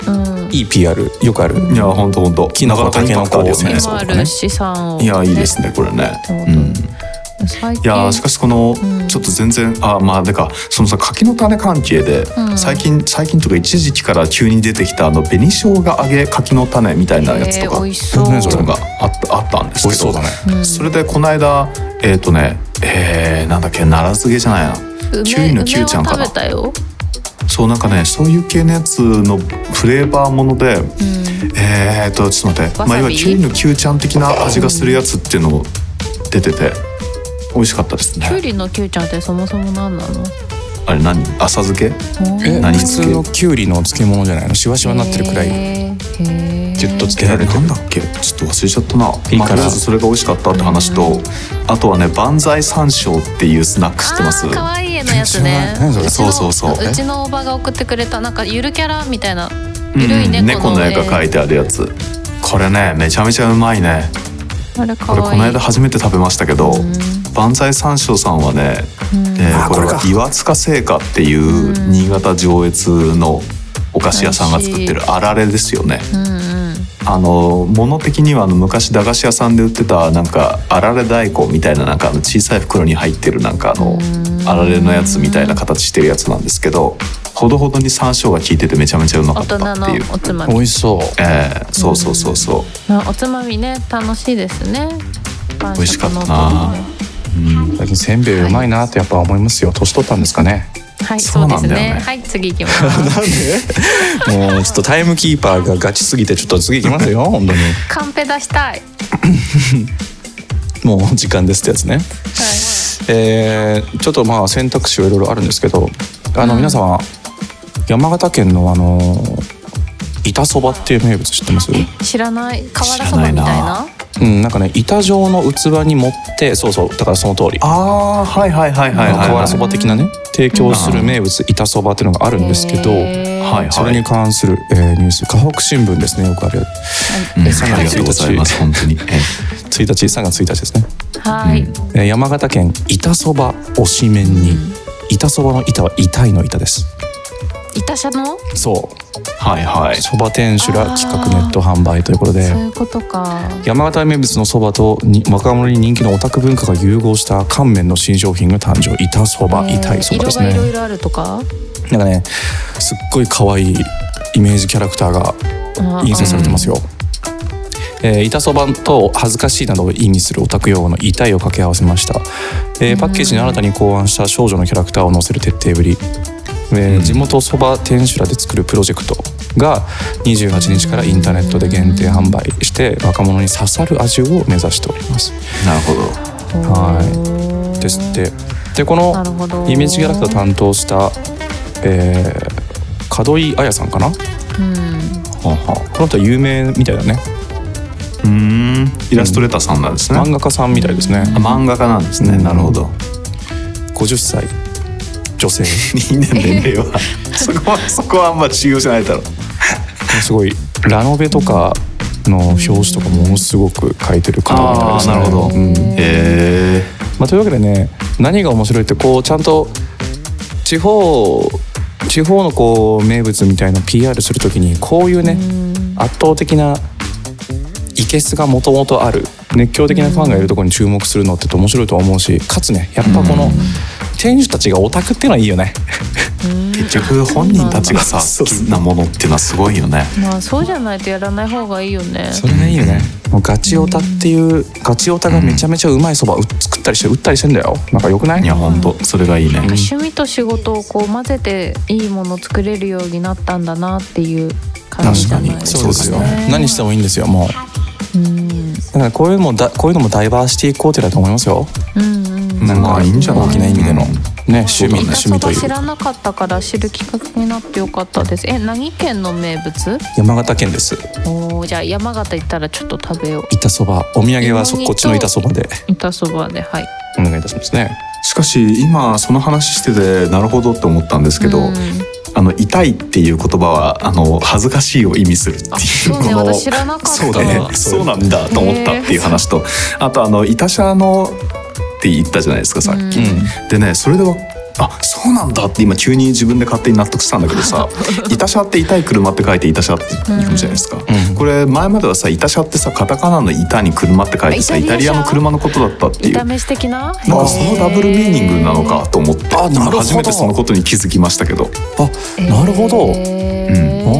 いい ピーアール よくある。 いや本当本当。 キノコタケノコをね。ある資産を、ね。 いやいいですねこれね。うん。いやしかしこの、うん、ちょっと全然あまあでかそのさ柿の種関係で、うん、最近最近とか一時期から急に出てきたあの紅生姜揚げ柿の種みたいなやつとか、えー、美味しそうそれがあったあったんですけど、 そうだね、 うん、それでこの間えっ、ー、とね、えー、なんだっけ奈良漬けじゃないなキュウリのキュウちゃんかな。 食べたよ。 そうなんかねそういう系のやつのフレーバーもので、うん、えー、っとちょっと待って、まあ、いわゆるキュウリのキュウちゃん的な味がするやつっていうのを出てて美味しかったですね。 キュウリのキュウちゃんってそもそも何なの？ あれ何？浅漬け？ え何普通のキュウリの漬物じゃないの？シワシワになってるくらいギュッとつけられてる。 なんだっけちょっと忘れちゃったな。いいから、まあ、とりあえずそれが美味しかったって話と、あとはね万歳山椒っていうスナック知ってます？ かわいい絵のやつね。 そうそうそう。 うちのおばが送ってくれたなんかゆるキャラみたいなゆるい猫の、うん、 猫の絵が描いてあるやつ。これねめちゃめちゃうまいね。 あれかわいい。 これこの間初めて食べましたけど、万歳山椒さんはね、えー、これは岩塚製菓っていう新潟上越のお菓子屋さんが作ってるあられですよね。あの物的にはあの昔駄菓子屋さんで売ってたなんかあられ大根みたいななんかあの小さい袋に入ってるなんかあのあられのやつみたいな形してるやつなんですけど、ほどほどに山椒が効いててめちゃめちゃうまかったっていう。 大人のおつまみ。 美味しそう。 えー、そうそうそうそう。 おつまみね楽しいですね。 美味しかったな。 うん、最近せんべいうまいなってやっぱ思いますよ。年取ったんですかね。 はい、そうですね。はい、次行きます。 なんで？もうちょっとタイムキーパーがガチすぎてちょっと次行きますよ本当に。 カンペ出したい。 もう時間ですってやつね。はい。えー、ちょっとまあ選択肢はいろいろあるんですけど、あの、うん、皆様山形県のあの板そばっていう名物知ってます？ 知らない。瓦そばみたいな。 うん、なんかね板状の器に盛ってそうそうだからその通りああはいはいはいはいはい瓦そば的なね提供する名物板そばっていうのがあるんですけど、はい、それに関する、えー、ニュース河北新聞ですねよくあるやつ、 うん、さんがつついたち本当についたちさんがついたちですねはい、 うんえー、山形県板そば推し麺に、うん、板そばの板は痛いの板です板車のそうはいはいそば店主ら企画ネット販売ということでそういうことか山形名物のそばとに若者に人気のオタク文化が融合した乾麺の新商品が誕生板そば痛いそばですね色がいろいろあるとかなんかねすっごい可愛いイメージキャラクターが印刷されてますよ、うんえー、板そばと恥ずかしいなどを意味するオタク用語の痛いを掛け合わせました、えー、パッケージに新たに考案した少女のキャラクターを載せる徹底ぶりえー、地元そば店主らで作るプロジェクトがにじゅうはちにちからインターネットで限定販売して若者に刺さる味を目指しております。 なるほど。はい。ですって。でこのイメージキャラクターを担当した、えー、門井彩さんかな。うん。ははこの人は有名みたいだね。 うーん。イラストレーターさんなんですね。 漫画家さんみたいですね。 あ漫画家なんですね。うん、なるほど。 ごじゅっさい。女性いいね年齢はそこはそこはあんま重要じゃないだろうすごいラノベとかの表紙とかものすごく描いてる方みたいですね。 なるほど、うん、へえ、 まあ、というわけでね何が面白いってこうちゃんと地方地方のこう名物みたいな ピーアール するときにこういうね圧倒的なイケスがもともとある熱狂的なファンがいるところに注目するのって面白いと思うしかつねやっぱこの店主たちがオタクっていうのはいいよね結局本人たちがさ好きなものっていうのはすごいよね。 まあそうじゃないとやらない方がいいよね。 それがいいよね。もうガチオタっていうガチオタがめちゃめちゃうまいそば作ったりして売ったりしてんだよ。なんか良くない？ いや本当それがいいね。 趣味と仕事をこう混ぜていいものを作れるようになったんだなっていう感じじゃないですか。 そうですよ。何してもいいんですよもう。うんだからこういうのもだこういうのもダイバーシティ工程だと思いますよ。うんうん。なんかいいんじゃない？大きな意味での。ね、趣味趣味という知らなかったから知るきっかけになってよかったです。え、何県の名物？ 山形県です。 おー、じゃあ山形行ったらちょっと食べよう。 板そば、お土産はそこっちの板そばで。 板そばで、はい。 お願いいたしますね。 しかし今その話しててなるほどって思ったんですけど、うん、あの痛いっていう言葉はあの恥ずかしいを意味するっていう、 そうね、私知らなかった。 そうだね、そうなんだと思ったっていう話と、あとあの板車のって言ったじゃないですかさっき、うん、でねそれではあ、そうなんだって今急に自分で勝手に納得したんだけどさ痛車って痛い車って書いて痛車って言うじゃないですか、うん、これ前まではさ痛車ってさカタカナの板に車って書いてさイタリアの車のことだったっていう、 炒めし的な、 まあそのダブルミーニングなのかと思って、あ、今初めてそのことに気づきましたけど、 あ、なるほど、 えー、うん、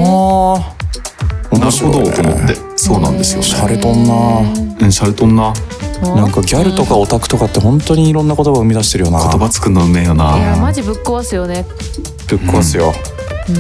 ああ、なるほどと思って、そうなんですよ。 シャレとんな、 うん、シャレとんな。 なんかギャルとかオタクとかって本当にいろんな言葉を生み出してるよな。 言葉作るのうめえよな。 いやマジぶっ壊すよね。 ぶっ壊すよ。 うん、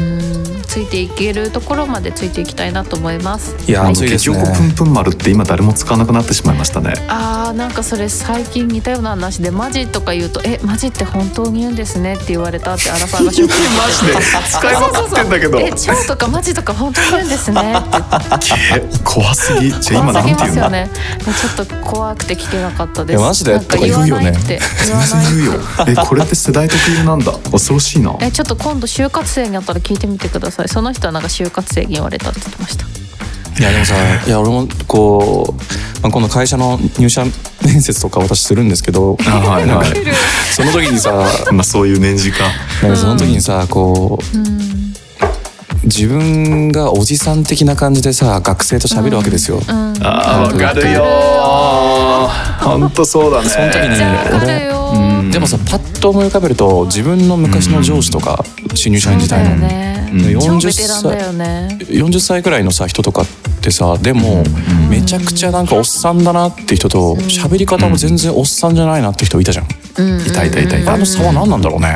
ついていけるところまでついていきたいなと思います。 いや、熱いですね。 結局プンプン丸って今誰も使わなくなってしまいましたね。 あー、なんかそれ最近似たような話でマジとか言うと、え、マジって本当に言うんですねって言われたってアラサーがショックマジで使いまくってんだけど、 え、超とかマジとか本当に言うんですねって怖すぎ。じゃあ今なんて言うの？ ね、ちょっと怖くて聞けなかったです。 マジでとか言うよね。 全然言うよ。え、これって世代特有なんだ。恐ろしいな。 え、ちょっと今度就活生になったら聞いてみてください。その人はなんか就活生に言われたって言ってました。 いやでもさ、いや俺もこう、まあ、今度会社の入社面接とか私するんですけど、 はいはい、 その時にさ、 まあそういう年次か。 なんかその時にさ、こう、うん、自分がおじさん的な感じでさ学生と喋るわけですよ。うんうん、 あー、わかるよー。本当そうだね。 その時に俺、うん、でもさパッと思い浮かべると自分の昔の上司とか、うん、新入社員時代の、ね、よんじゅっさい、ね、よんじゅっさいくらいのさ人とかってさ、でも、うん、めちゃくちゃなんかおっさんだなって人と喋り方も全然おっさんじゃないなって人いたじゃん。 うん、いたいたいたいた。 あの差は何なんだろうね。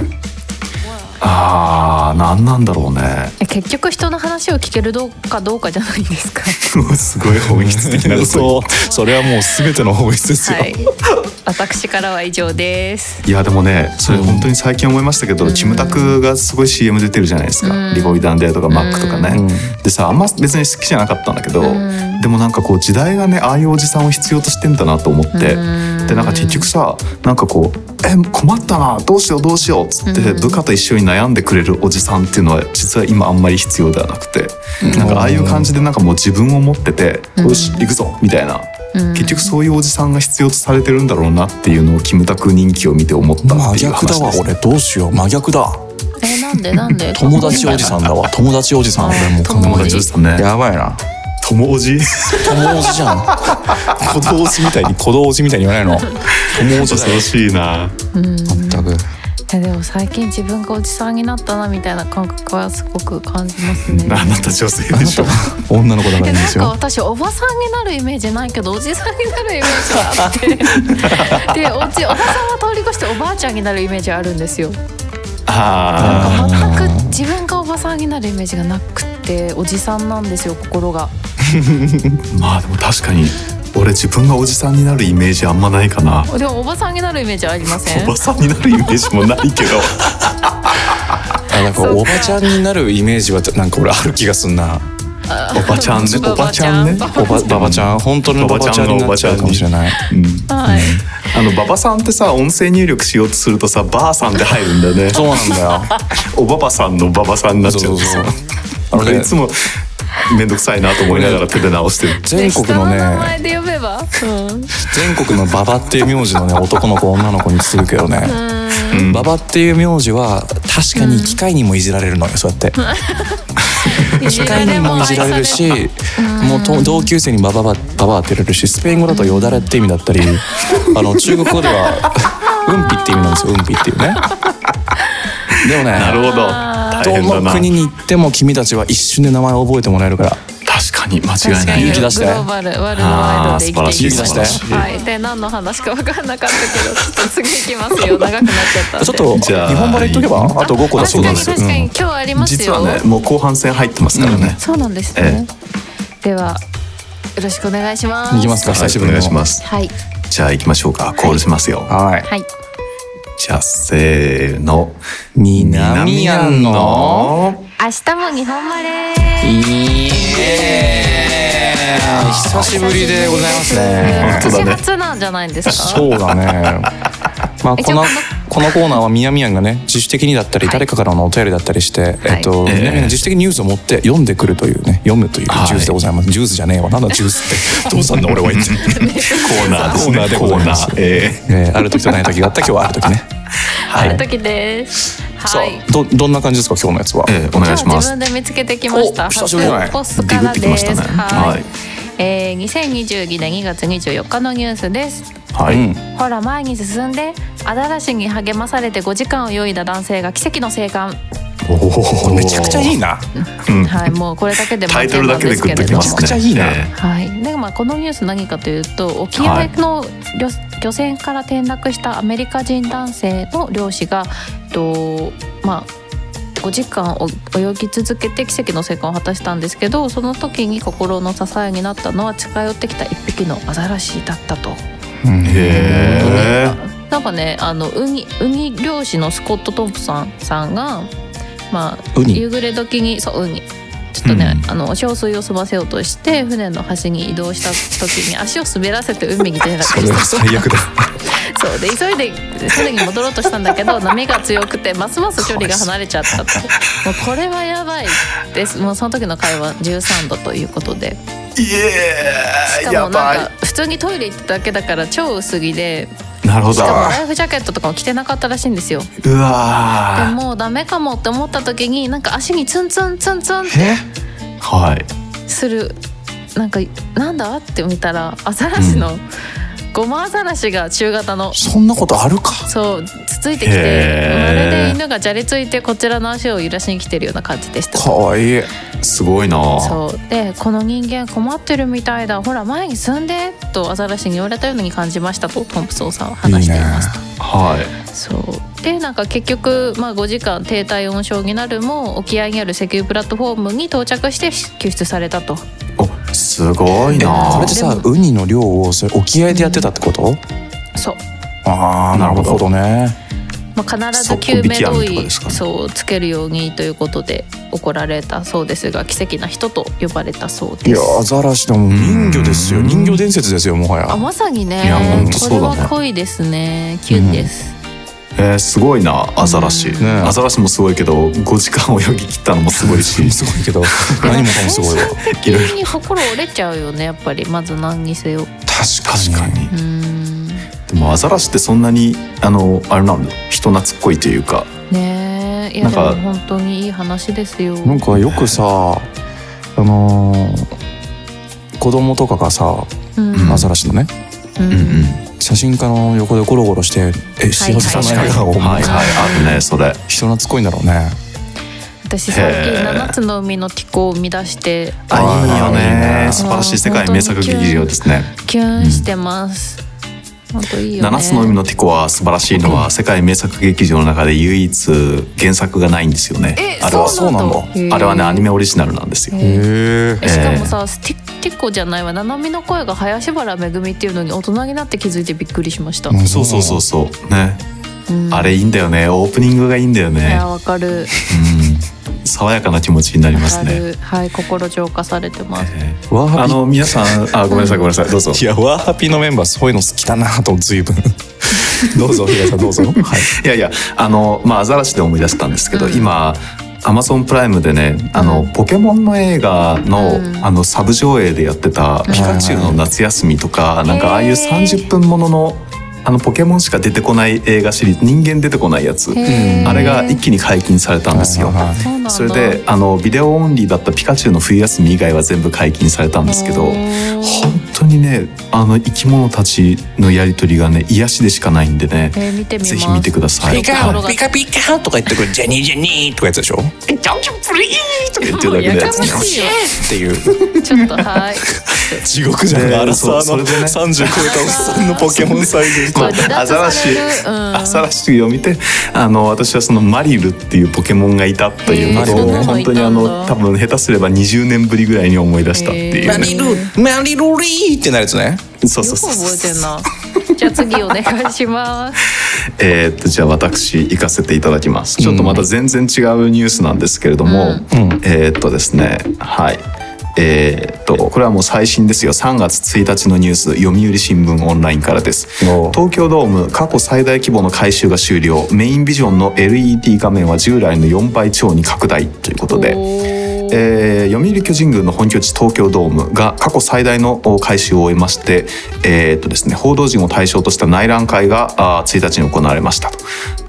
あー、何なんだろうね。 結局人の話を聞けるどうかどうかじゃないですか。 すごい本質的なこと。 そう、それはもう全ての本質ですよ。はい、 私からは以上です。 いやでもね、それ本当に最近思いましたけど、うん、キムタクがすごい シーエム 出てるじゃないですか、うん、リボイダンデーとかマックとかね、うん、でさ、あんま別に好きじゃなかったんだけど、うん、でもなんかこう時代がね、ああいうおじさんを必要としてんだなと思って、うん、でなんか結局さ、なんかこうえ困ったな、どうしようどうしようっつって部下と一緒に悩んでくれるおじさんっていうのは実は今あんまり必要ではなくて、うん、なんかああいう感じでなんかもう自分を持ってて、うん、よし行くぞみたいな、うん、結局そういうおじさんが必要とされてるんだろうなっていうのをキムタク人気を見て思ったっていう話です。 真逆だわ俺、どうしよう、真逆だ。 え、なんでなんで友達おじさんだわ、友達おじさん。俺も友達おじさんね、 やばいな。 友おじ友おじじゃん。子供おじみたいに子供おじみたいに言わないの。友おじ恐ろしいな。 全く。 いやでも最近自分がおじさんになったなみたいな感覚はすごく感じますね。 あなた女性でしょ。 女の子だからですよ。 なんか私おばさんになるイメージないけどおじさんになるイメージがあってで お, じおばさんは通り越しておばあちゃんになるイメージあるんですよ。 あなんか全く自分がおばさんになるイメージがなくておじさんなんですよ心が。 まあでも確かに俺自分がおじさんになるイメージあんまないかな。 でもおばさんになるイメージありません？ おばさんになるイメージもないけどあ、なんかおばちゃんになるイメージはなんか俺ある気がすんな。 おばちゃんね、おばちゃんね、 おばババちゃん、本当のババちゃんになっちゃうかもしれない。うん、 はい。 あのババさんってさ、音声入力しようとするとさ、ばあさんで入るんだよね。 そうなんだよ。 おばばさんのババさんになっちゃうんですよ。あのいつもめんどくさいなと思いながら手で直してる。 全国のね、 名前で呼べば、うん、 全国のババっていう名字のね男の子女の子にするけどね、うん、ババっていう名字は確かに機械にもいじられるのよ、そうやって。機械にもいじられるし、もうと同級生にバババババって言われるし、スペイン語だとよだれって意味だったり、あの中国語ではうんぴって意味なんですよ、うんぴっていうね。でもね、 なるほど、 どの国に行っても君たちは一瞬で名前を覚えてもらえるから。 確かに間違いない。 勇気出して。 グローバルワールドワイドで生きていきまし勇気出して。 はい。で何の話か分かんなかったけど、ちょっと次行きますよ。長くなっちゃったんで。 ちょっと日本バレ言っとけば、あとごこだそうなんですよ。 確かに確かに今日ありますよ。 実はね、もう後半戦入ってますからね。 そうなんですね。ではよろしくお願いします。 行きますか、久しぶりに。 お願いします。 はい。 じゃあ行きましょうか。コールしますよ。 はい。 はい。 じゃあせーの、 南庵の明日も日本バレー。イエーイ。久しぶりでございますね。 本当だね。 初なんじゃないんですか。 そうだね。まあこのこのコーナーは南庵がね自主的にだったり、誰かからのお便りだったりして、えっと南庵が自主的にニュースを持って読んでくるというね、読むというジュースでございます。ジュースじゃねえわ。なんだジュースって。どうしたんだ俺は言って。コーナーですね。 コーナーでございます。ええ、ある時とない時があった。今日はある時ね。 はい、時です。 はい。どどんな感じですか今日のやつは？ えー、お願いします。 自分で見つけてきました。 久しぶりだね。 ポストからです。 ね、はい。 えー、にせんにじゅうにねんにがつにじゅうよっかのニュースです。 はい。 ほら前に進んで、アザラシに励まされてごじかんを泳いだ男性が奇跡の生還。 おお、めちゃくちゃいいな。 うん、はい、もうこれだけでタイトルだけでグッときますね。 めちゃくちゃいいな。 はい。でまあこのニュース何かというと、沖合の漁、はい、漁船から転落したアメリカ人男性の漁師が、とまあ。ごじかん泳ぎ続けて奇跡の生還を果たしたんですけど、その時に心の支えになったのは近寄ってきた一匹のアザラシだったと。 へー。なんかね、あのウニ、ウニ漁師のスコット・トンプソンさんが、まあ、夕暮れ時にそうウニちょっとね、うん、あの憔悴を済ませようとして船の端に移動した時に足を滑らせて海に転落した。 それは最悪だ。 そうで急いで船に戻ろうとしたんだけど波が強くてますます距離が離れちゃったって。もうこれはやばいです。もうその時の会話じゅうさんどということで、 いえしかもなんか普通にトイレ行っただけだから超薄着で、 なるほど、 しかもライフジャケットとかも着てなかったらしいんですよ。 うわでもうダメかもって思った時になんか足にツンツンツンツンってする、なんかなんだって見たらアザラシの、うん、ゴマアザラシが中型の。 そんなことあるか。 そうつついてきて、まるで犬がじゃれついてこちらの足を揺らしに来てるような感じでした。 かわいい。 すごいな。 そうでこの人間困ってるみたいだ、ほら前に進んでとアザラシに言われたように感じましたとトンプソンさんは話しています。いいね。 はい。 そうでなんか結局、まあ、ごじかん低体温症になるも沖合にある石油プラットフォームに到着して救出されたと。 おすごいな。 これってさウニの漁をそれ沖合でやってたってこと？うん、 そう。 ああなるほどね。 まあ、必ず救命胴衣そうつけるようにということで怒られたそうですが、奇跡な人と呼ばれたそうです。 いやアザラシでも人魚ですよ。人魚伝説ですよもはや。 あまさにね。 いや本当そうだね。 これは濃いですね。キュンです。 うん、えー、すごいなアザラシ、うんね、アザラシもすごいけどごじかん泳ぎ切ったのもすごいしすごいけど何もかもすごいわ。 急に心折れちゃうよねやっぱり。まず何にせよ。 確かに。 うんでもアザラシってそんなにあのあれなんだ人懐っこいというかねえ。いやでも本当にいい話ですよ。 なんかよくさあのー、子供とかがさ、うん、アザラシのね、うんうん、写真家の横でゴロゴロしてえ幸せな笑顔をはいはいあるねそれ。 人懐っこいんだろうね。 私最近ななつの海のティコを生み出して、 あいいよね。素晴らしい世界名作劇場ですね。 キュンしてます。うん本当いいよね。 ななつの海のティコは素晴らしいのは世界名作劇場の中で唯一原作がないんですよね。 あれはそうなんだ。 あれはねアニメオリジナルなんですよ。 へえ。しかもさティティコじゃないわ、ななみの声が林原めぐみっていうのに大人になって気づいてびっくりしました。 うん、そうそうそうそうね、うん、あれいいんだよね。オープニングがいいんだよね。 いやわかる、うん、 爽やかな気持ちになりますね。 はい、心浄化されてます。 えー、ワーハピあの皆さんあごめんなさいごめんなさいどうぞ。 いやワーハピのメンバーそういうの好きだなと随分どうぞ平井さんどうぞ。はい、 いやいやあのまあアザラシで思い出したんですけど、うん、今アマゾンプライムでねあの、うん、ポケモンの映画の、うん、あのサブ上映でやってたピカチュウの夏休みとか、うん、なんかああいうさんじゅっぷんもののあのポケモンしか出てこない映画シリーズ、人間出てこないやつ、あれが一気に解禁されたんですよ。それであのビデオオンリーだったピカチュウの冬休み以外は全部解禁されたんですけど、本当にねあの生き物たちのやり取りがね癒しでしかないんでね、えー、見てみます。ぜひ見てください。 ピカピカピカとか言ってくるジェニージェニーとかやつでしょ。 ドンキュプリーとか言ってるだけでやつっていうちょっとはい地獄じゃん。アラサーのさんじゅう超えたおっさんのポケモン再現。 アザラシ、うん、アザラシを見てあの私はそのマリルっていうポケモンがいたということを、ね、本当にあの多分下手すればにじゅうねんぶりぐらいに思い出したっていう、ね、 マリルマリルリーってなるやつね。 そうそうそうそう。よく覚えてんな。じゃあ次お願いします。 えっとじゃあ私行かせていただきます。ちょっとまた全然違うニュースなんですけれども、うん、えっとですねはいえー、っとこれはもう最新ですよ。さんがつついたちのニュース、読売新聞オンラインからです。東京ドーム過去最大規模の改修が終了。メインビジョンの エルイーディー 画面は従来のよんばい超に拡大ということで、えー、読売巨人軍の本拠地東京ドームが過去最大の改修を終えまして、えーっとですね、報道陣を対象とした内覧会がついたちに行われましたと。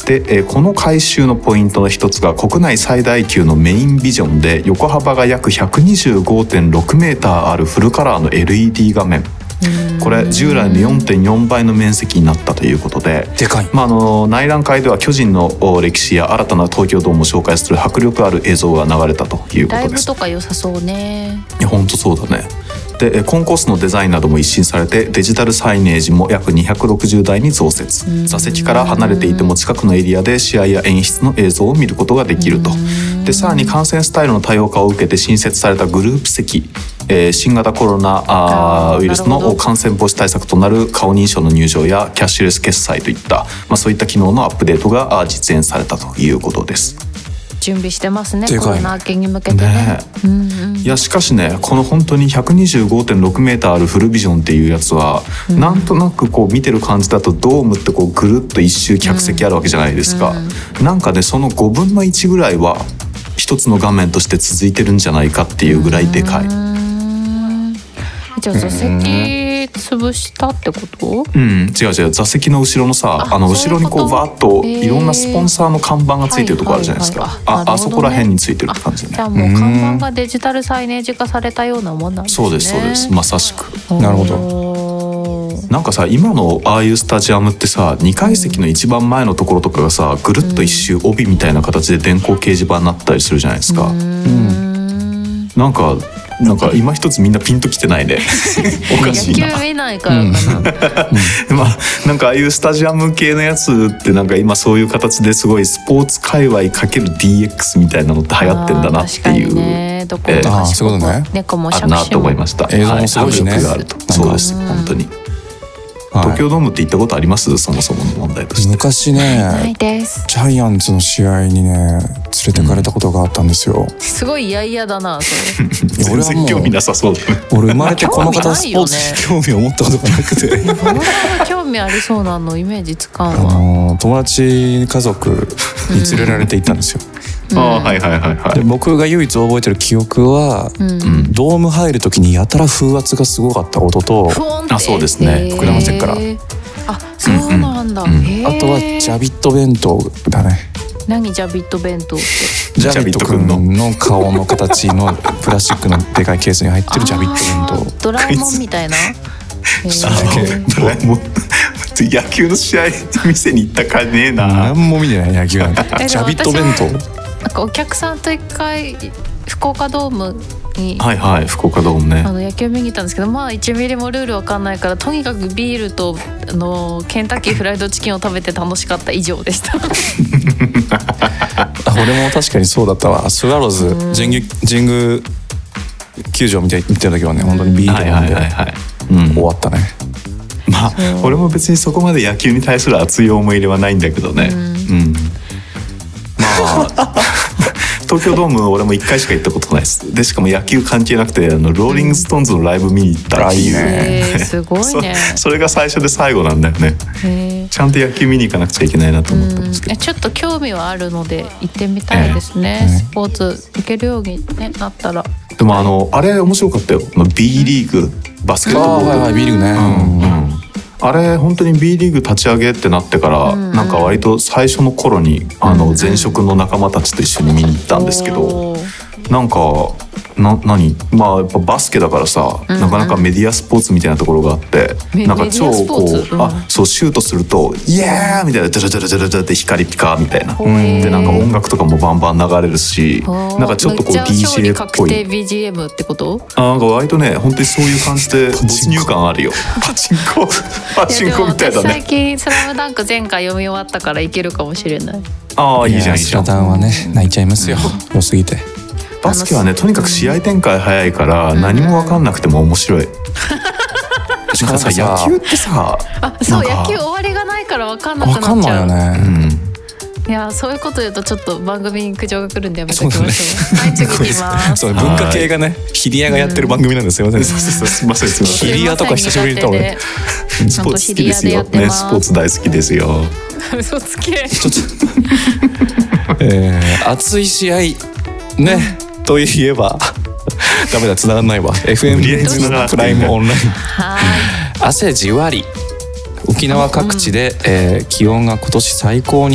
で、えー、この改修のポイントの一つが国内最大級のメインビジョンで横幅が約 ひゃくにじゅうごてんろくメーターあるフルカラーの エルイーディー 画面。これ従来の よんてんよん 倍の面積になったということで、 でかい、 まあ、あの内覧会では巨人の歴史や新たな東京ドームを紹介する迫力ある映像が流れたということです。 ライブとか良さそうね。 いや本当そうだね。でコンコースのデザインなども一新されて、デジタルサイネージも約にひゃくろくじゅうだいに増設。座席から離れていても近くのエリアで試合や演出の映像を見ることができると。でさらに観戦スタイルの多様化を受けて新設されたグループ席、えー、新型コロナあウイルスの感染防止対策となる顔認証の入場やキャッシュレス決済といった、まあ、そういった機能のアップデートが実演されたということです。 準備してますね、コロナ明けに向けて ね, ね、うんうん、いやしかしね、この本当に ひゃくにじゅうごてんろくメーターあるフルビジョンっていうやつは、うん、なんとなくこう見てる感じだとドームってこうぐるっと一周客席あるわけじゃないですか、うんうん、なんかねそのごぶんのいちぐらいは一つの画面として続いてるんじゃないかっていうぐらいでかい。 じゃあ座席潰したってこと？ うん、違う違う、座席の後ろのさ、あの後ろにこうバーッといろんなスポンサーの看板がついてるとこあるじゃないですか、はいはいはい、あ, あそこら辺についてるって感じね。 じゃあもう看板がデジタルサイネージ化されたようなもんなんですね。 そうですそうです、まさしく。 なるほど。 なんかさ、今のああいうスタジアムってさ、にかい席の一番前のところとかがさ、ぐるっと一周帯みたいな形で電光掲示板になったりするじゃないですか。うん、なんかなんか今一つみんなピンときてないねおかしいな。 野球見ないからかな、 うん、まあなんかああいうスタジアム系のやつってなんか今そういう形ですごいスポーツ界隈かける ディーエックス みたいなのって流行ってんだなっていう、 ね、どこえー、 あそういうことね、 猫もあるなと思いました。 映像もすごいしね、 はい、があると。そうです本当に。東京ドームって行ったことあります？そもそもの問題として。 昔ね、 ないです。 ジャイアンツの試合にね連れてかれたことがあったんですよ、 うん、すごい嫌々だなそれ全然興味なさそうだね。 俺生まれてこの方スポーツに興味を持ったことがなくてこの方興味ありそうなのイメージつかんわ。 あの友達家族に連れられて行ったんですよ、 うん、あはいはいはいはい。 で僕が唯一覚えてる記憶は、うん、ドーム入る時にやたら風圧がすごかった音と、 あそうですね、 膨らませてから、 あそうなんだ、うんうん、 あとはジャビット弁当だね。 何ジャビット弁当って？ ジャビット君の顔の形のプラスチックのでかいケースに入ってるジャビット弁当。 ドラえもんみたいなドラえもん野球の試合店に行ったかねえな。 何も見てない野球なんてジャビット弁当。 なんかお客さんと一回福岡ドームに、 はいはい福岡ドームね、 あの野球見に行ったんですけど、まあいちミリもルールわかんないからとにかくビールとあのケンタッキーフライドチキンを食べて楽しかった以上でした俺も確かにそうだったわ。スワローズ神宮神宮球場見て見てる時はね本当にビール飲んで終わったね。 まあ俺も別にそこまで野球に対する熱い思い入れはないんだけどね、うん、うん、まあ東京ドーム俺もいっかいしか行ったことないです。でしかも野球関係なくてあのローリングストーンズのライブ見に行ったっていう、 ね、すごいねそ, それが最初で最後なんだよね。ちゃんと野球見に行かなくちゃいけないなと思ってますけど、 ちょっと興味はあるので行ってみたいですね、えー、スポーツ行けるように、ね、なったら。 でもあのあれ面白かったよ、 B リーグバスケットボール。 はいはい B リーグね、うんうん、 あれ本当に B リーグ立ち上げってなってから、うんうん、なんか割と最初の頃にあの前職の仲間たちと一緒に見に行ったんですけど、うんうん、なんかな何まあやっぱバスケだからさ、うんうん、なかなかメディアスポーツみたいなところがあって、なんか超こう、うん、あそうシュートするとイエーみたいなジャラジャラジャラジャラって光ピカみたいな、でなんか音楽とかもバンバン流れるし、なんかちょっとこう ディージェー っぽい。 確定 ビージーエム ってこと？ あなんか割とね本当にそういう感じで没入感あるよ。パチンコパチンコみたいだね。 最近スラムダンク前回読み終わったからいけるかもしれない。 ああいいじゃんいいじゃん。 スラダンはね泣いちゃいますよ、うん、良すぎて。 バスケはねとにかく試合展開早いから何も分かんなくても面白い。しかもさ野球ってさあそう野球終わりがないから分かんなくなっちゃう。 分かんないよね、 うん、いやそういうこと言うとちょっと番組に苦情が来るんでやめときましょう。はい次いきます。 そう文化系がねヒリアがやってる番組なんですよね。 そうそうすみませんすみません。 ヒリアとか久しぶりに見た俺。 スポーツ好きですよね。スポーツ大好きですよ。 嘘つけ。 ちょっと、えー、熱い試合ねといえばダメだ繋がんないわ。 エフエム プライムオンライン汗じわり沖縄各地で、えー、気温が今年最高に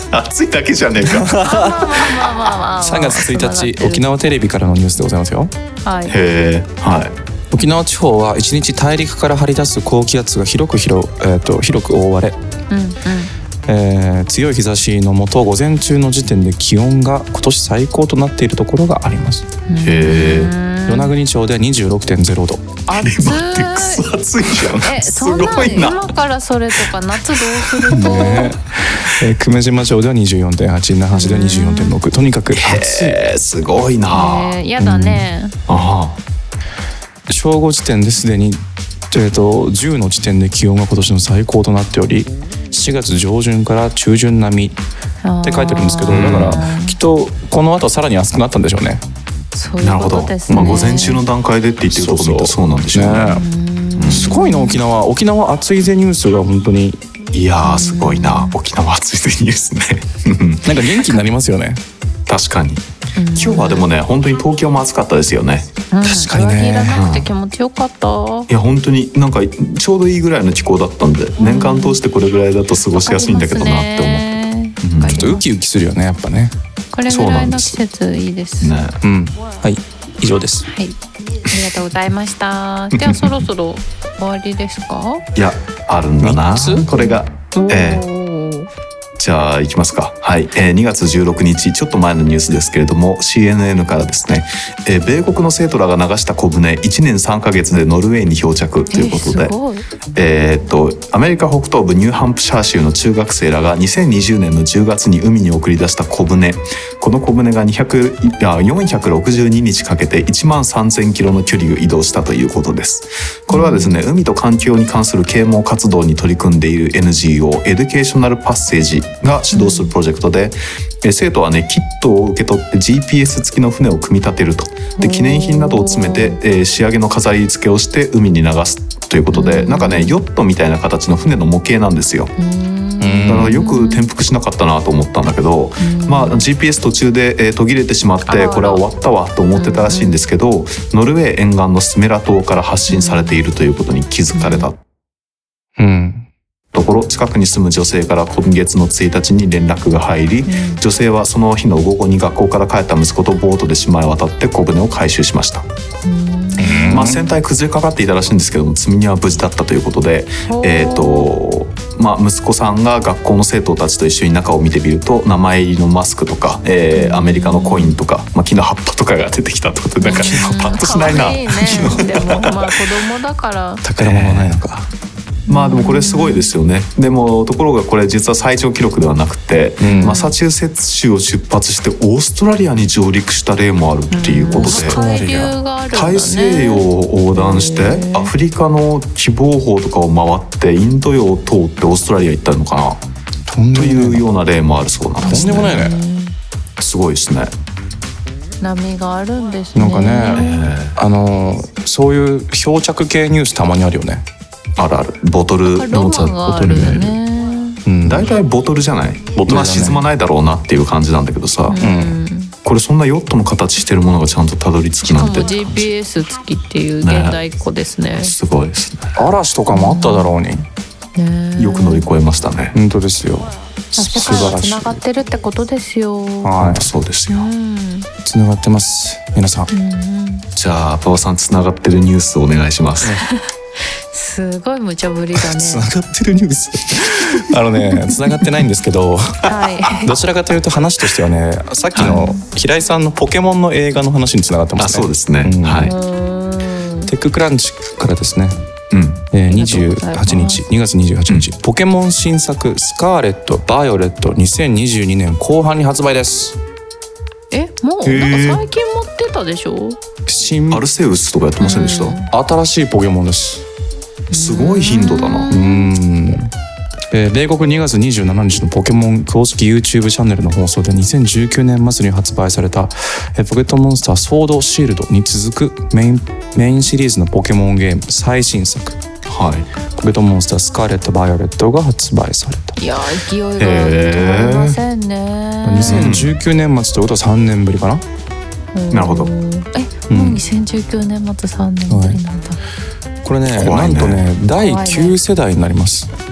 暑いだけじゃねえか。 さんがつついたち沖縄テレビからのニュースでございますよ。 はい、 へえ、はい。 沖縄地方はいちにち大陸から張り出す高気圧が広く広、えー、と広く覆われ、 うんうん、 えー、強い日差しの下午前中の時点で気温が今年最高となっているところがあります。 へえ。 与那国町で にじゅうろくてんゼロど。 暑い。 クソ暑いじゃん。 え、そんな今からそれとか夏どうすると、ねえー、久米島町では にじゅうよんてんはち、那覇市では にじゅうよんてんろく、とにかく暑い。 すごいな。 えー、やだね、 うん、ああ正午時点ですでに、えー、とじゅうの時点で気温が今年の最高となっており、しがつ上旬から中旬並みって書いてるんですけど、だからきっとこの後さらに暑くなったんでしょうね。 そういうことですね。 なるほど、まあ、午前中の段階でって言ってるところ見るとそうなんでしょうね。そうそうね、 すごいな沖縄。沖縄暑いぜニュースが本当に、 いやーすごいな、沖縄暑いぜニュースね。 なんか元気になりますよね。 確かに。今日はでもね、本当に東京も暑かったですよね。 うん、 確かにね。 上着いらなくて気持ちよかった。 いや本当になんかちょうどいいぐらいの気候だったんで、うん、年間通してこれぐらいだと過ごしやすいんだけどなって思って、 うん、ちょっとウキウキするよねやっぱね。 これぐらいの季節いいですね。 うん、はい、以上です。 はい、ありがとうございました。ではそろそろ終わりですか？ いやあるんだなこれが。えーじゃあ行きますか。はい、えー、にがつじゅうろくにち、ちょっと前のニュースですけれども シーエヌエヌ からですね、えー、米国の生徒らが流した小舟いちねんさんかげつでノルウェーに漂着ということで、えー、っとアメリカ北東部ニューハンプシャー州の中学生らがにせんにじゅうねんのじゅうがつに海に送り出した小舟、この小舟がにひゃくいやよんひゃくろくじゅうににちかけていちまんさんぜんキロの距離を移動したということです。これはですね、海と環境に関する啓蒙活動に取り組んでいる エヌジーオー エデュケーショナルパッセージが指導するプロジェクトで、うん、生徒はねキットを受け取って ジーピーエス 付きの船を組み立てると、で記念品などを詰めて、えー、仕上げの飾り付けをして海に流すということで、なんかねヨットみたいな形の船の模型なんですよ。だからよく転覆しなかったなと思ったんだけど、まあ ジーピーエス 途中で、えー、途切れてしまってこれは終わったわと思ってたらしいんですけど、ノルウェー沿岸のスメラ島から発信されているということに気づかれた。 うん、 ところ近くに住む女性から今月のついたちに連絡が入り、うん、女性はその日の午後に学校から帰った息子とボートで島へ渡って小舟を回収しました。うん、まあ、船体崩れかかっていたらしいんですけども、積み荷は無事だったということで、えーとまあ、息子さんが学校の生徒たちと一緒に中を見てみると、名前入りのマスクとか、えー、アメリカのコインとか、まあ、木の葉っぱとかが出てきたってことで、なんかパッとしないな。 いいね、でもまあ子供だから宝物ないのか。 まあでもこれすごいですよね。でもところがこれ実は最長記録ではなくて、うん、マサチューセッツ州を出発してオーストラリアに上陸した例もあるっていうことで、大西洋を横断してアフリカの喜望峰とかを回ってインド洋を通ってオーストラリア行ったのかなというような例もあるそうなんですね。 とんでもないね。 すごいですね。 波があるんですね。 なんかね、えー、あのそういう漂着系ニュースたまにあるよね。 あるある。ボトルロマンがあるよね。 うん、だいたいボトルじゃない。ボトル、ね、まあ沈まないだろうなっていう感じなんだけどさ、うん、これそんなヨットの形してるものがちゃんとたどり着くなんて。 しかも ジーピーエス 付きっていう現代っ子ですね。 すごいですね。 嵐とかもあっただろうに、 ね、よく乗り越えましたね。 本当ですよ。 世界はつながってるってことですよ。 はい、そうですよ。 つながってます皆さん。うん、 じゃあパパさんつながってるニュースをお願いします。 すごい無茶ぶりだね。 つながってるニュースあのねつながってないんですけど、はい、どちらかというと話としてはね、さっきの平井さんのポケモンの映画の話につながってますね。 あ、そうですね、うん、はい。 テッククランチからですね、 うんえー、にじゅうはちにちにがつにじゅうはちにち、うん、ポケモン新作スカーレット・バイオレットにせんにじゅうにねん後半に発売です。 え、もうなんか最近持ってたでしょ。 新アルセウスとかやってませんでした？ 新しいポケモンです。 すごい頻度だな。 うーん、えー、米国にがつにじゅうしちにちのポケモン公式 YouTube チャンネルの放送でにせんじゅうきゅうねん末に発売された、えー、ポケットモンスターソードシールドに続くメイン、メインシリーズのポケモンゲーム最新作、 はい、 ポケットモンスタースカーレット・バイオレットが発売された。 いや勢いが止まりませんね。 にせんじゅうきゅうねん末ということはさんねんぶりかな。 なるほど。 え、もうにせんじゅうきゅうねん末さんねんぶりなんだ、 はい、これ ね, ねなんとねだいきゅうせだいになります。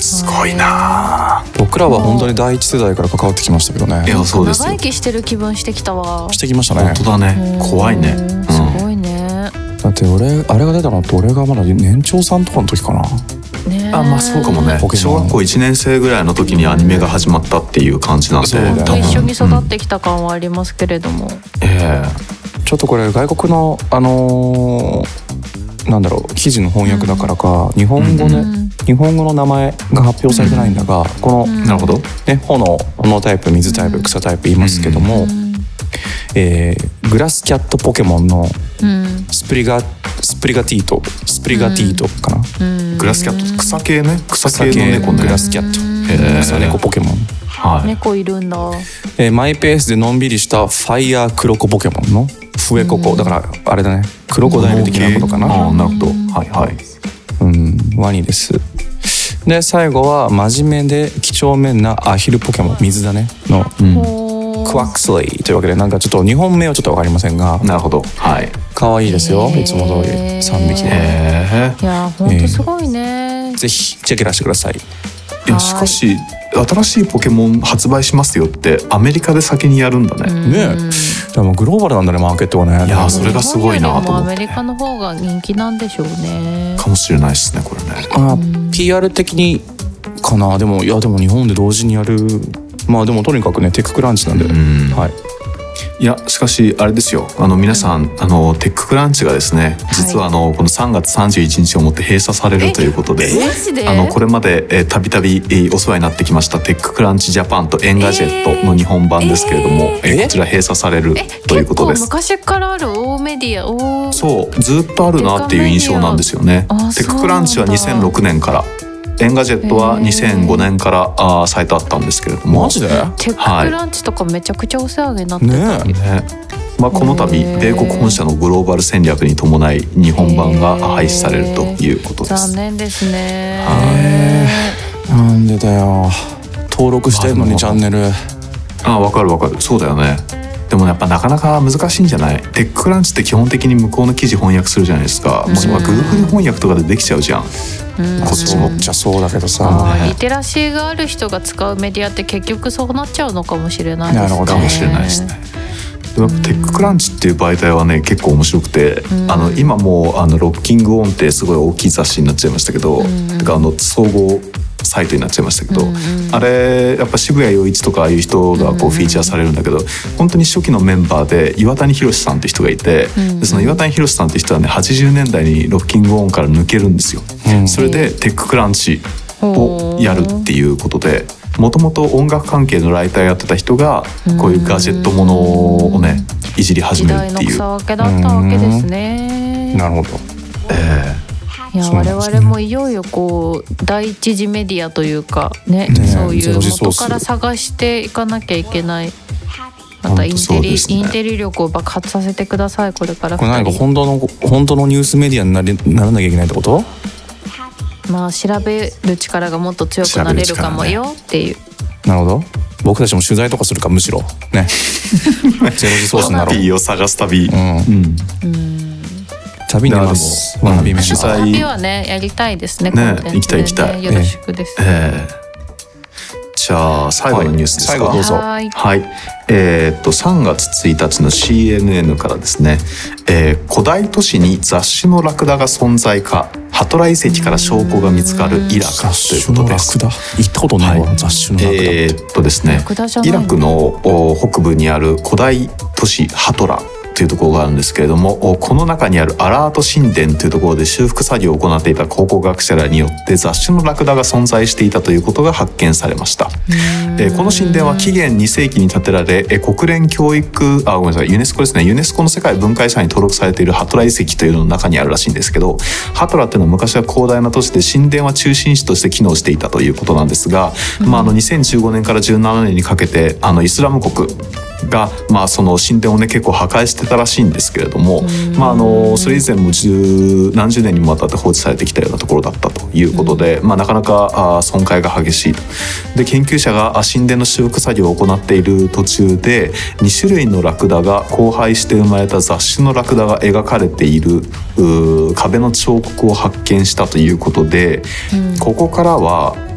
すごいな。 僕らは本当に第一世代から関わってきましたけどね。 いやそうですよ。 長生きしてる気分してきたわ。 してきましたね。 本当だね。怖いね。 すごいね。 だって俺あれが出たのって俺がまだ年長さんとかの時かな。 ね、 あまあそうかもね。小学校いちねん生ぐらいの時にアニメが始まったっていう感じなんで、 うん、 多分一緒に育ってきた感はありますけれども、うん、 えー、ちょっとこれ外国のあのー、なんだろう記事の翻訳だからか、うん、日本語ね、うん、日本語の名前が発表されてないんだが、うん、この、うん、 なるほどね、炎炎タイプ水タイプ草タイプ言いますけども、うん、えー、グラスキャットポケモンのスプリガスプリガティートスプリガティートかな、 うん、グラスキャット草系ね、草系の猫ね、 グラスキャット、 えー、 草猫ポケモン、 はい、猫いるんだ、 えー、マイペースでのんびりしたファイヤークロコポケモンのフエココ、だからあれだね、クロコダイル的なことかな。 あ、なるほど、はいはい、 うん、ワニです。で最後は真面目で几帳面なアヒルポケモン、水だねの、うん、クワックスレイというわけで、なんかちょっと日本名はちょっと分かりませんが、 なるほど、はい、 可愛いですよ、いつも通りさんびきで、 えー、いや本当すごいね、 えー、ぜひチェック出してください。 いやしかし新しいポケモン発売しますよってアメリカで先にやるんだね。 ねえ、でもグローバルなんだね、マーケットはね。 いやそれがすごいなと思って。 アメリカの方が人気なんでしょうね。 かもしれないですね、これね。 あ、ピーアール 的にかな。でもいやでも日本で同時にやる、まあでもとにかくねテッククランチなんで、うん、はい。 いやしかしあれですよ、あの皆さん、あのテッククランチがですね、実はあのこのさんがつさんじゅういちにちをもって閉鎖されるということで、あのこれまでたびたびお世話になってきましたテッククランチジャパンとエンガジェットの日本版ですけれども、えーえー、こちら閉鎖されるということです。 結構昔からある大メディア、おそうずっとあるなっていう印象なんですよね。テッククランチはにせんろくねんから、エンガジェットはにせんごねんからあサイトあったんですけれども、 マジでテッククランチとかめちゃくちゃお世話になってた、 ねね、まあ、この度米国本社のグローバル戦略に伴い日本版が廃止されるということです。 残念ですね。 なんでだよ、登録してるのにチャンネル。 あ、わかるわかる、そうだよね。でもやっぱなかなか難しいんじゃない？テッククランチって基本的に向こうの記事翻訳するじゃないですか。もう今 Google 翻訳とかでできちゃうじゃん。 うん、こっちもじゃそうだけどさ、 リテラシーがある人が使うメディアって結局そうなっちゃうのかもしれないですね。 なるほど、 かもしれないですね。でもテッククランチっていう媒体はね結構面白くて、うん、あの今もうあのロッキングオンってすごい大きい雑誌になっちゃいましたけど、うん、てかあの総合サイトになっちゃいましたけど、うんうん、あれやっぱ渋谷陽一とかああいう人がこうフィーチャーされるんだけど、うんうん、本当に初期のメンバーで岩谷宏さんって人がいて、うんうん、でその岩谷宏さんって人はねはちじゅうねんだいにロッキングオンから抜けるんですよ、うん、それでテッククランチをやるっていうことで、もともと音楽関係のライターやってた人がこういうガジェットものをねいじり始めるっていう時代の草分けだったわけですね。 なるほど、 えーいや我々もいよいよこう第一次メディアというか ね, ねそういう元から探していかなきゃいけない。またインテリ、ね、インテリ力を爆発させてください、これからふたり。 これ何か本当の本当のニュースメディアになりならなきゃいけないってこと？ まあ調べる力がもっと強くなれるかもよっていう、ね、 なるほど。僕たちも取材とかするか、むしろねゼロ時ソースになろう。 ワナビーを探す旅、うんうんうん旅に出ます。ワナビメンバー。 取材旅はねやりたいですね。 ね、行きたい行きたい。 よろしくです。 えーじゃあ最後のニュースですか。 最後どうぞ。 はい。はい、えー、っとさんがつついたちの シーエヌエヌ からですね、えー、古代都市に雑種のラクダが存在か、ハトラ遺跡から証拠が見つかるイラクということです。 雑種のラクダ。行ったことないわ、はい、雑種のラクダ。 えー、っとですね、イラクの北部にある古代都市ハトラというところがあるんですけれども、この中にあるアラート神殿というところで修復作業を行っていた考古学者らによって雑種のラクダが存在していたということが発見されました。えー、この神殿は紀元にせいきに建てられ、えー、国連教育あごめんなさいユネスコですねユネスコの世界文化遺産に登録されているハトラ遺跡というのの中にあるらしいんですけど、ハトラっていうのは昔は広大な都市で神殿は中心地として機能していたということなんですが、まあ、あのにせんじゅうごねんからじゅうななねんにかけてあのイスラム国が、まあ、その神殿をね結構破壊してたらしいんですけれども、まあ、あのそれ以前も十何十年にもわたって放置されてきたようなところだったということで、まあ、なかなかあ損壊が激しいと。で研究者が神殿の修復作業を行っている途中でにしゅるいのラクダが交配して生まれた雑種のラクダが描かれている壁の彫刻を発見したということで、ここからは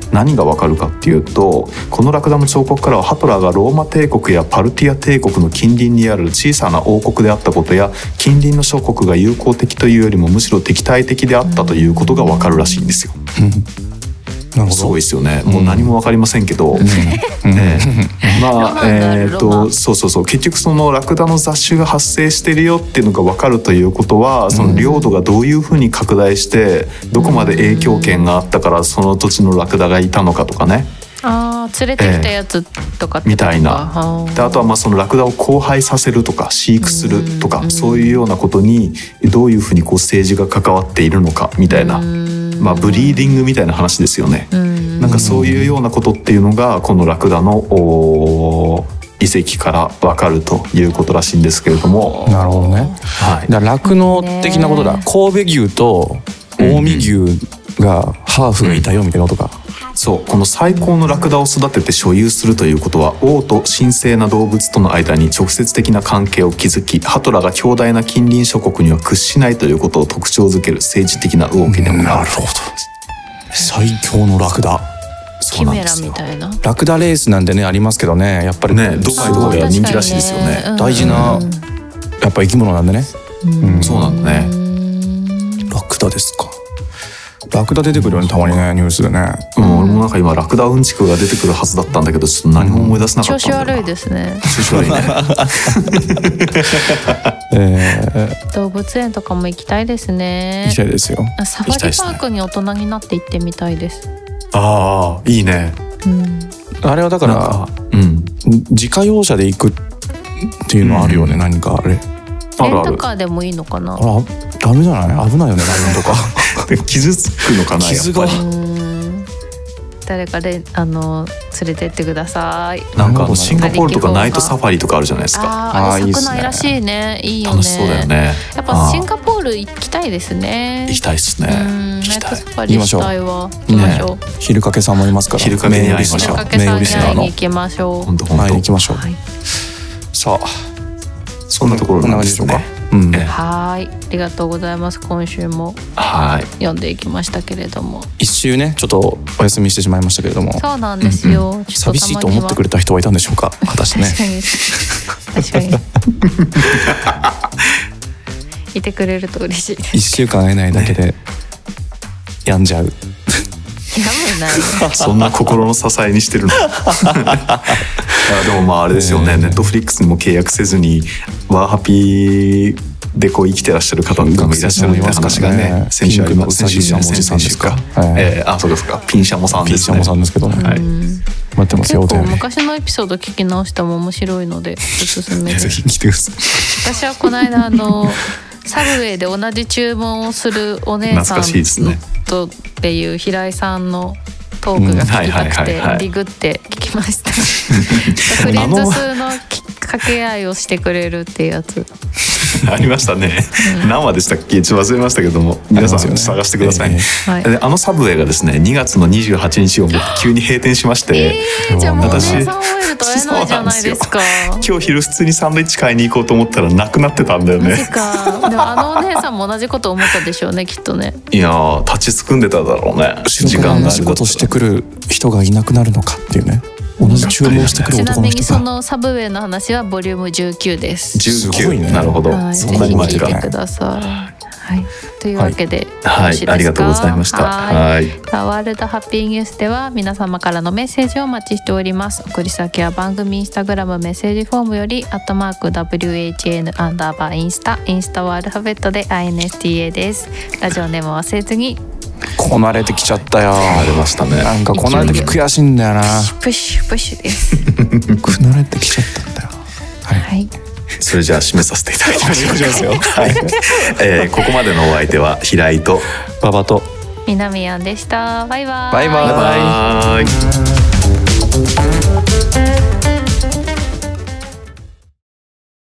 何がわかるかっていうと、このラクダの彫刻からはハトラーがローマ帝国やパルティア帝国の近隣にある小さな王国であったことや、近隣の諸国が友好的というよりもむしろ敵対的であったということがわかるらしいんですよ。 なるほど。 すごいですよね。もう何もわかりませんけど、うんえー、まあえー、とそうそうそう結局そのラクダの雑種が発生してるよっていうのがわかるということは、その領土がどういうふうに拡大してどこまで影響権があったからその土地のラクダがいたのかとかね。 あ連れてきたやつとかってみたいな。であとはまあそのラクダを交配させるとか飼育するとか、そういうようなことにどういうふうにこう政治が関わっているのかみたいな、まあ、ブリーディングみたいな話ですよね。なんかそういうようなことっていうのがこのラクダの遺跡から分かるということらしいんですけれども。 なるほどね。はい、だから酪農的なことだ。神戸牛と近江牛がハーフがいたよみたいなことか。 そうこの最高のラクダを育てて所有するということは、王と神聖な動物との間に直接的な関係を築き、ハトラが強大な近隣諸国には屈しないということを特徴づける政治的な動きでもある。 なるほど。最強のラクダ。 キメラみたいな。 ラクダレースなんてねありますけどね、やっぱりねドバイとかでは人気らしいですよね。 うん、大事なやっぱ生き物なんでね。 うんうん、そうなんだね。 ラクダですか。ラクダ出てくるよねたまにねニュースでね。 うん、俺もなんか今ラクダうんちくが出てくるはずだったんだけど、ちょっと何も思い出せなかったんだよな。 調子悪いですね。 調子悪いね。 えー、 動物園とかも行きたいですね。 行きたいですよ。 サファリパークに大人になって行ってみたいです。 ああいいね。 うん、 あれはだから、うん、自家用車で行くっていうのはあるよね、うん、何かあれ。 レンタカーでもいいのかな。 あらダメじゃない？危ないよねライオンとか。 傷つくのかなやっぱり。 誰かであの連れてってください。 なんかあのシンガポールとかナイトサファリとかあるじゃないですか。 ああれ咲くないらしいね。いいよね。 楽しそうだよね。 やっぱシンガポール行きたいですね。 行きたいですね。 ナイトサファリしたいわ。行きましょう。 昼かけさんもいますから。 昼かけに会いましょう。 昼かけさんに会いに行きましょう。 本当本当行きましょう。さあそんなところなんですね。 うん、はい、ありがとうございます。今週も読んでいきましたけれども、 一週ねちょっとお休みしてしまいましたけれども。 そうなんですよ。 うんうん、寂しいと思ってくれた人はいたんでしょうか。果たしてね。 確かに。確かに。いてくれると嬉しいです。 一週間会えないだけで病んじゃう。 病むない。 そんな心の支えにしてるの。でもまああれですよね、ネットフリックスにも契約せずにワーハピーでこう生きてらっしゃる方とかもいらっしゃるみたいな話がね、先週ありました。先週先々週か。えー、あそうですか。ピンシャモさんですね。 ピンシャモさんですけどね。はい。待ってますよ。 結構昔のエピソード聞き直しても面白いのでおすすめです。 ぜひ聞いてください。 私はこの間あのサブウェイで同じ注文をするお姉さんとっていう平井さんのトークが聞きたくてディグって聞きました。フレンズ数の掛け合いをしてくれるっていうやつありましたね。うん、何話でしたっけ？ちょっと忘れましたけども、皆さん探してください。ねえーはい、あのサブウェイがですねにがつのにじゅうはちにちをもって急に閉店しまして、 えー、じゃあもうお姉さん覚えると会えないじゃないですか。 今日昼普通にサンドイッチ買いに行こうと思ったらなくなってたんだよね。 マジか。でもあのお姉さんも同じこと思ったでしょうねきっとね。 いやー立ちすくんでただろうね。 時間が仕事してくる人がいなくなるのかっていうね。同じ注文してくる男の人が。ちなみにそのサブウェイの話はボリュームじゅうきゅうです。 じゅうきゅう、ね、なるほど。 はい、ぜひ聞いてください。はい、というわけで、 はい、はい、ありがとうございました。はい。 ワールドハッピーニュースでは皆様からのメッセージをお待ちしております。送り先は番組インスタグラムメッセージフォームよりアットマーク ダブリューエイチエヌ アンダーバーインスタインスタはアルファベットで アイエヌエスティーエー です。ラジオネーム忘れずに。 こなれてきちゃったよ。 慣れましたね。 なんかこなれてき悔しいんだよな。 プッシュプッシュです。 こなれてきちゃったんだよ。 はい。はい、 それじゃあ締めさせていただきましょう。はい。えー、ここまでのお相手は平井と馬場と南やんでした。バイバイ。 バイバイ。バイバイ。